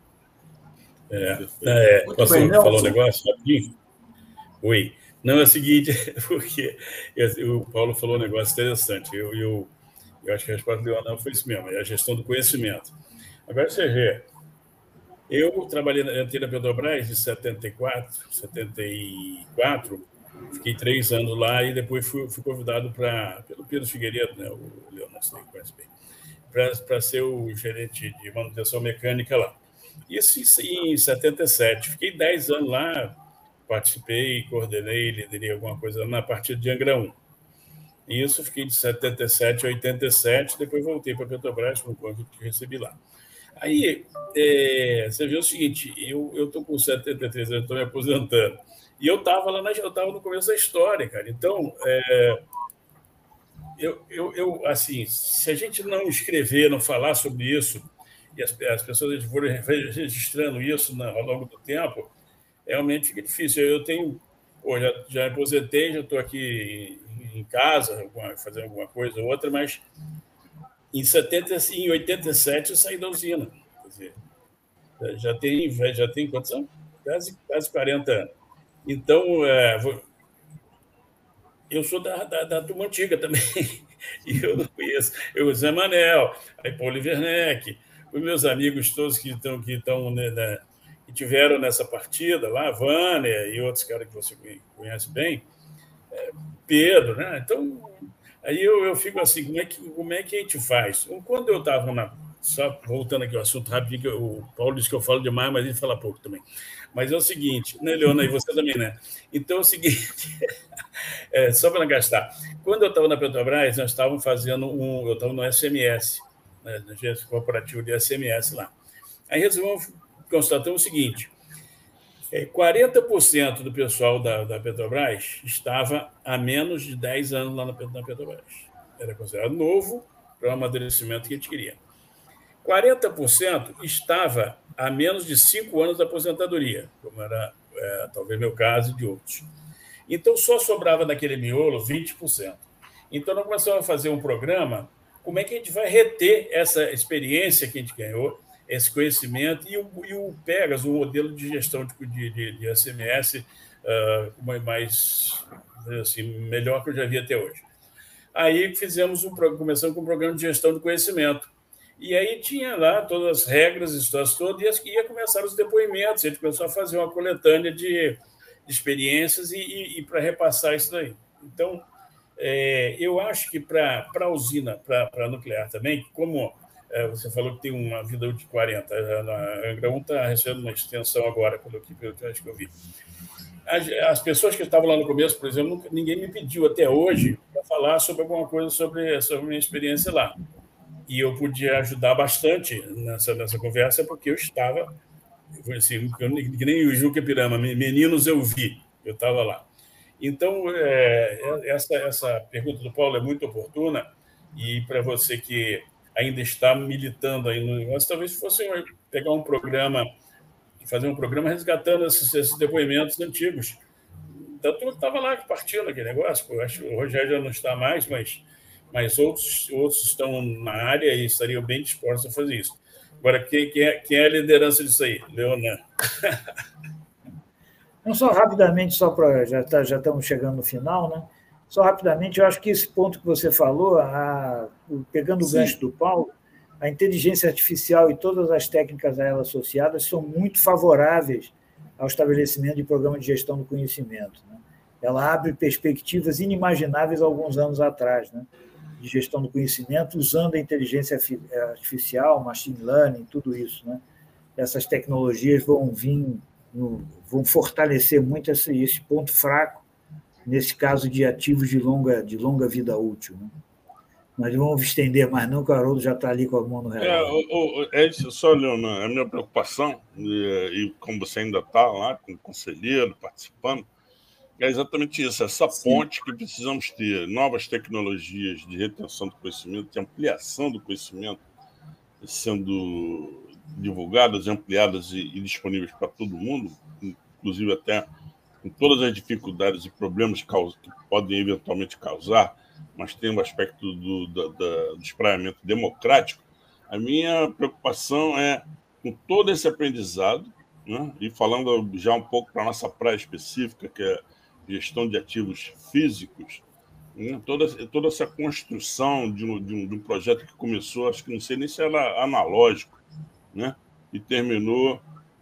É, é, posso bem, falar um negócio rapidinho? Oi. Não, é o seguinte, porque eu, o Paulo falou um negócio interessante. Eu, eu, eu acho que a resposta do Leonardo foi isso mesmo, é a gestão do conhecimento. Agora, você vê, eu trabalhei, entrei na Petrobras de setenta e quatro, setenta e quatro, Fiquei três anos lá e depois fui, fui convidado para, pelo Pedro Figueiredo, né, o Leonardo conhece bem, para ser o gerente de manutenção mecânica lá. Isso, isso em setenta e sete. Fiquei dez anos lá, participei, coordenei, liderei alguma coisa na partida de Angra um. Isso, fiquei de setenta e sete a oitenta e sete, depois voltei para a Petrobras, com o convite que recebi lá. Aí, é, você vê o seguinte, eu estou com setenta e três anos, estou me aposentando, e eu estava lá, na, eu estava no começo da história, cara. Então, é, eu, eu, eu, assim, se a gente não escrever, não falar sobre isso, e as, as pessoas forem registrando isso ao longo do tempo, realmente fica difícil. Eu tenho, pô, já, já aposentei, já estou aqui em, em casa, alguma, fazendo alguma coisa ou outra, mas em, setenta, em oitenta e sete eu saí da usina. Quer dizer, já tem, já tem quantos anos? Quase, quase quarenta anos. Então, é, eu sou da, da, da turma antiga também, e eu não conheço. Eu, Zé Manel, aí Paulo Werneck, os meus amigos todos que estão que estão né, né, que tiveram nessa partida lá, Vânia e outros caras que você conhece bem, é, Pedro, né? Então, aí eu, eu fico assim, como é, que, como é que a gente faz? Quando eu estava na... Só voltando aqui ao assunto rapidinho, que o Paulo disse que eu falo demais, mas ele fala pouco também. Mas é o seguinte, né, Leona, e você também, né? Então é o seguinte, é, só para não gastar. Quando eu estava na Petrobras, nós estávamos fazendo um... Eu estava no S M S, né, no Agência Corporativo de S M S lá. Aí resolvemos constatar o seguinte, é, quarenta por cento do pessoal da, da Petrobras estava há menos de dez anos lá na, na Petrobras. Era considerado novo para o amadurecimento que a gente queria. quarenta por cento estava há menos de cinco anos da aposentadoria, como era é, talvez meu caso e de outros. Então, só sobrava naquele miolo vinte por cento. Então, nós começamos a fazer um programa, como é que a gente vai reter essa experiência que a gente ganhou, esse conhecimento, e o, e o Pegasus, o modelo de gestão de, de, de S M S uh, mais, assim, melhor que eu já vi até hoje. Aí fizemos um, começamos com um programa de gestão de conhecimento. E aí tinha lá todas as regras, histórias todas, e ia começar os depoimentos. A gente começou a fazer uma coletânea de, de experiências e, e, e para repassar isso daí. Então, é, eu acho que para a usina, para a nuclear também, como é, você falou que tem uma vida de quarenta, a Angra um está recebendo uma extensão agora, pelo que eu acho que eu vi. As, as pessoas que estavam lá no começo, por exemplo, nunca, ninguém me pediu até hoje para falar sobre alguma coisa sobre, sobre a minha experiência lá. E eu podia ajudar bastante nessa, nessa conversa, porque eu estava, assim, que nem o Juca Pirama, meninos eu vi, eu estava lá. Então, é, essa, essa pergunta do Paulo é muito oportuna, e para você que ainda está militando aí no negócio, talvez fosse pegar um programa, fazer um programa resgatando esses, esses depoimentos antigos. Tanto estava lá partindo aquele negócio, eu acho que o Rogério já não está mais, mas... mas outros, outros estão na área e estariam bem dispostos a fazer isso. Agora, quem, quem, é, quem é a liderança disso aí? Leonan. Não, só rapidamente, só para já, tá, já estamos chegando no final, né? Só rapidamente, eu acho que esse ponto que você falou, a, pegando o Sim. gancho do Paulo, a inteligência artificial e todas as técnicas a ela associadas são muito favoráveis ao estabelecimento de programas de gestão do conhecimento, né? Ela abre perspectivas inimagináveis alguns anos atrás, né? De gestão do conhecimento, usando a inteligência artificial, machine learning, tudo isso, né? Essas tecnologias vão vir, no, vão fortalecer muito esse, esse ponto fraco, nesse caso de ativos de longa, de longa vida útil, né? Nós não vamos estender mais não, que o Haroldo já está ali com a mão no relógio. É, é isso, só, Leonan, a minha preocupação, e, e como você ainda está lá, como conselheiro, participando, é exatamente isso, essa ponte Sim. que precisamos ter, novas tecnologias de retenção do conhecimento, de ampliação do conhecimento, sendo divulgadas, ampliadas e, e disponíveis para todo mundo, inclusive até com todas as dificuldades e problemas que, que podem eventualmente causar, mas tem um aspecto do, do, do, do espraiamento democrático. A minha preocupação é com todo esse aprendizado, né? E falando já um pouco para a nossa praia específica, que é gestão de ativos físicos, né? toda, toda essa construção de um, de, um, de um projeto que começou, acho que não sei nem se era analógico, né? E terminou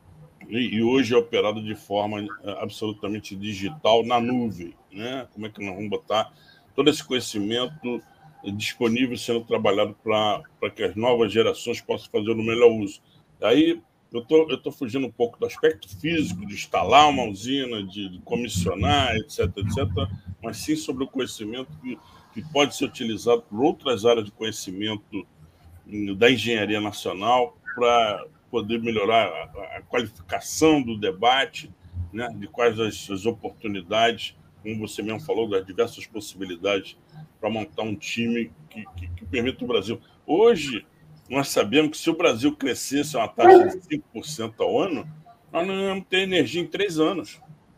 e, e hoje é operado de forma absolutamente digital na nuvem, né? Como é que nós vamos botar todo esse conhecimento disponível sendo trabalhado para que as novas gerações possam fazer o melhor uso? Aí eu tô, eu tô fugindo um pouco do aspecto físico, de instalar uma usina, de, de comissionar, etc, etc, mas sim sobre o conhecimento que, que pode ser utilizado por outras áreas de conhecimento da engenharia nacional para poder melhorar a, a qualificação do debate, né, de quais as, as oportunidades, como você mesmo falou, das diversas possibilidades para montar um time que, que, que permita o Brasil. Hoje, nós sabemos que se o Brasil crescesse a uma taxa de cinco por cento ao ano, nós não íamos ter energia em três anos.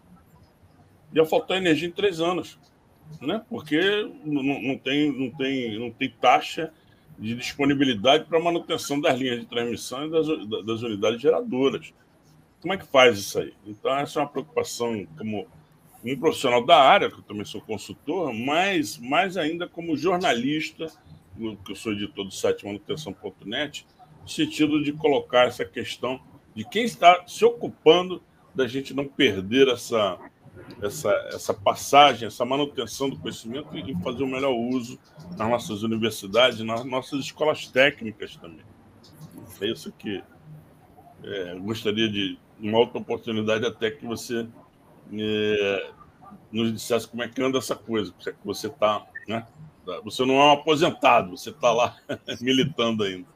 Ia faltar energia em três anos, né? Porque não, não, tem, não, tem, não tem taxa de disponibilidade para manutenção das linhas de transmissão e das, das unidades geradoras. Como é que faz isso aí? Então, essa é uma preocupação como um profissional da área, que eu também sou consultor, mas mais ainda como jornalista, que eu sou editor do site manutenção ponto net, no sentido de colocar essa questão de quem está se ocupando da gente não perder essa, essa, essa passagem, essa manutenção do conhecimento e fazer o melhor uso nas nossas universidades, nas nossas escolas técnicas também. É isso que é, gostaria de, uma outra oportunidade até que você é, nos dissesse como é que anda essa coisa, porque você está, né? Você não é um aposentado, você está lá militando ainda.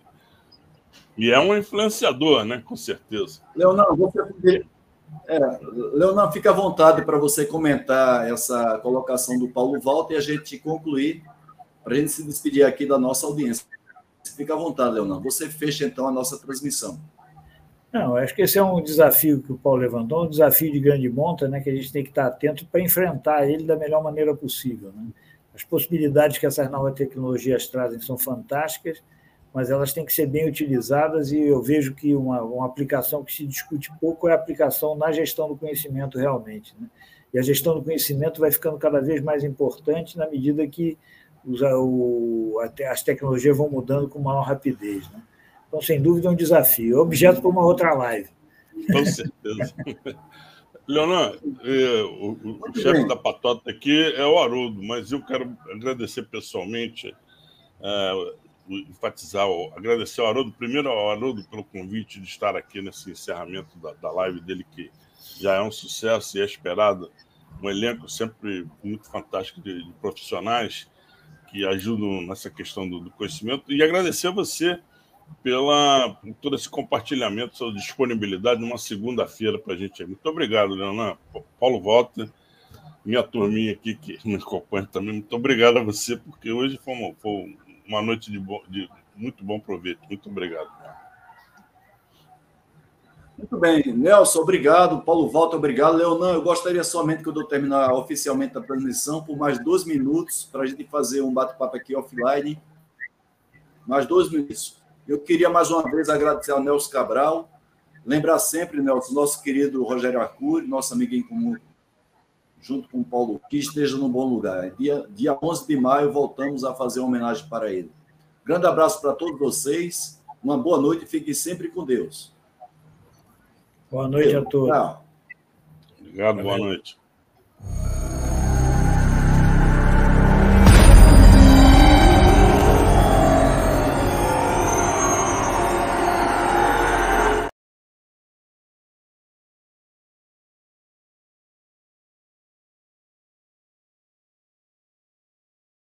E é um influenciador, né? Com certeza. Leonardo, você... é, Leonardo, fica à vontade para você comentar essa colocação do Paulo Walter e a gente concluir, para a gente se despedir aqui da nossa audiência. Fica à vontade, Leonardo. Você fecha, então, a nossa transmissão. Não, acho que esse é um desafio que o Paulo levantou, um desafio de grande monta, né, que a gente tem que estar atento para enfrentar ele da melhor maneira possível, né? As possibilidades que essas novas tecnologias trazem são fantásticas, mas elas têm que ser bem utilizadas, e eu vejo que uma, uma aplicação que se discute pouco é a aplicação na gestão do conhecimento realmente, né? E a gestão do conhecimento vai ficando cada vez mais importante na medida que os, o, as tecnologias vão mudando com maior rapidez, né? Então, sem dúvida, é um desafio. É objeto para uma outra live. Com certeza. Leonardo, o, o chefe da patota aqui é o Haroldo, mas eu quero agradecer pessoalmente, é, enfatizar, agradecer ao Haroldo, primeiro ao Haroldo pelo convite de estar aqui nesse encerramento da, da live dele, que já é um sucesso e é esperado, um elenco sempre muito fantástico de, de profissionais que ajudam nessa questão do, do conhecimento, e agradecer a você pela, por todo esse compartilhamento, sua disponibilidade numa segunda-feira para a gente. Muito obrigado, Leonardo. Paulo Walter, minha turminha aqui que me acompanha também, muito obrigado a você, porque hoje foi uma, foi uma noite de, bo, de muito bom proveito. Muito obrigado. Muito bem. Nelson, obrigado. Paulo Walter, obrigado. Leonardo, eu gostaria somente que eu terminar oficialmente a transmissão por mais dois minutos para a gente fazer um bate-papo aqui offline. Mais dois minutos. Eu queria mais uma vez agradecer ao Nelson Cabral, lembrar sempre, Nelson, nosso querido Rogério Arcuri, nosso amigo em comum, junto com o Paulo, que esteja no bom lugar. Dia, dia onze de maio voltamos a fazer uma homenagem para ele. Grande abraço para todos vocês, uma boa noite e fiquem sempre com Deus. Boa noite a todos. Obrigado, boa noite.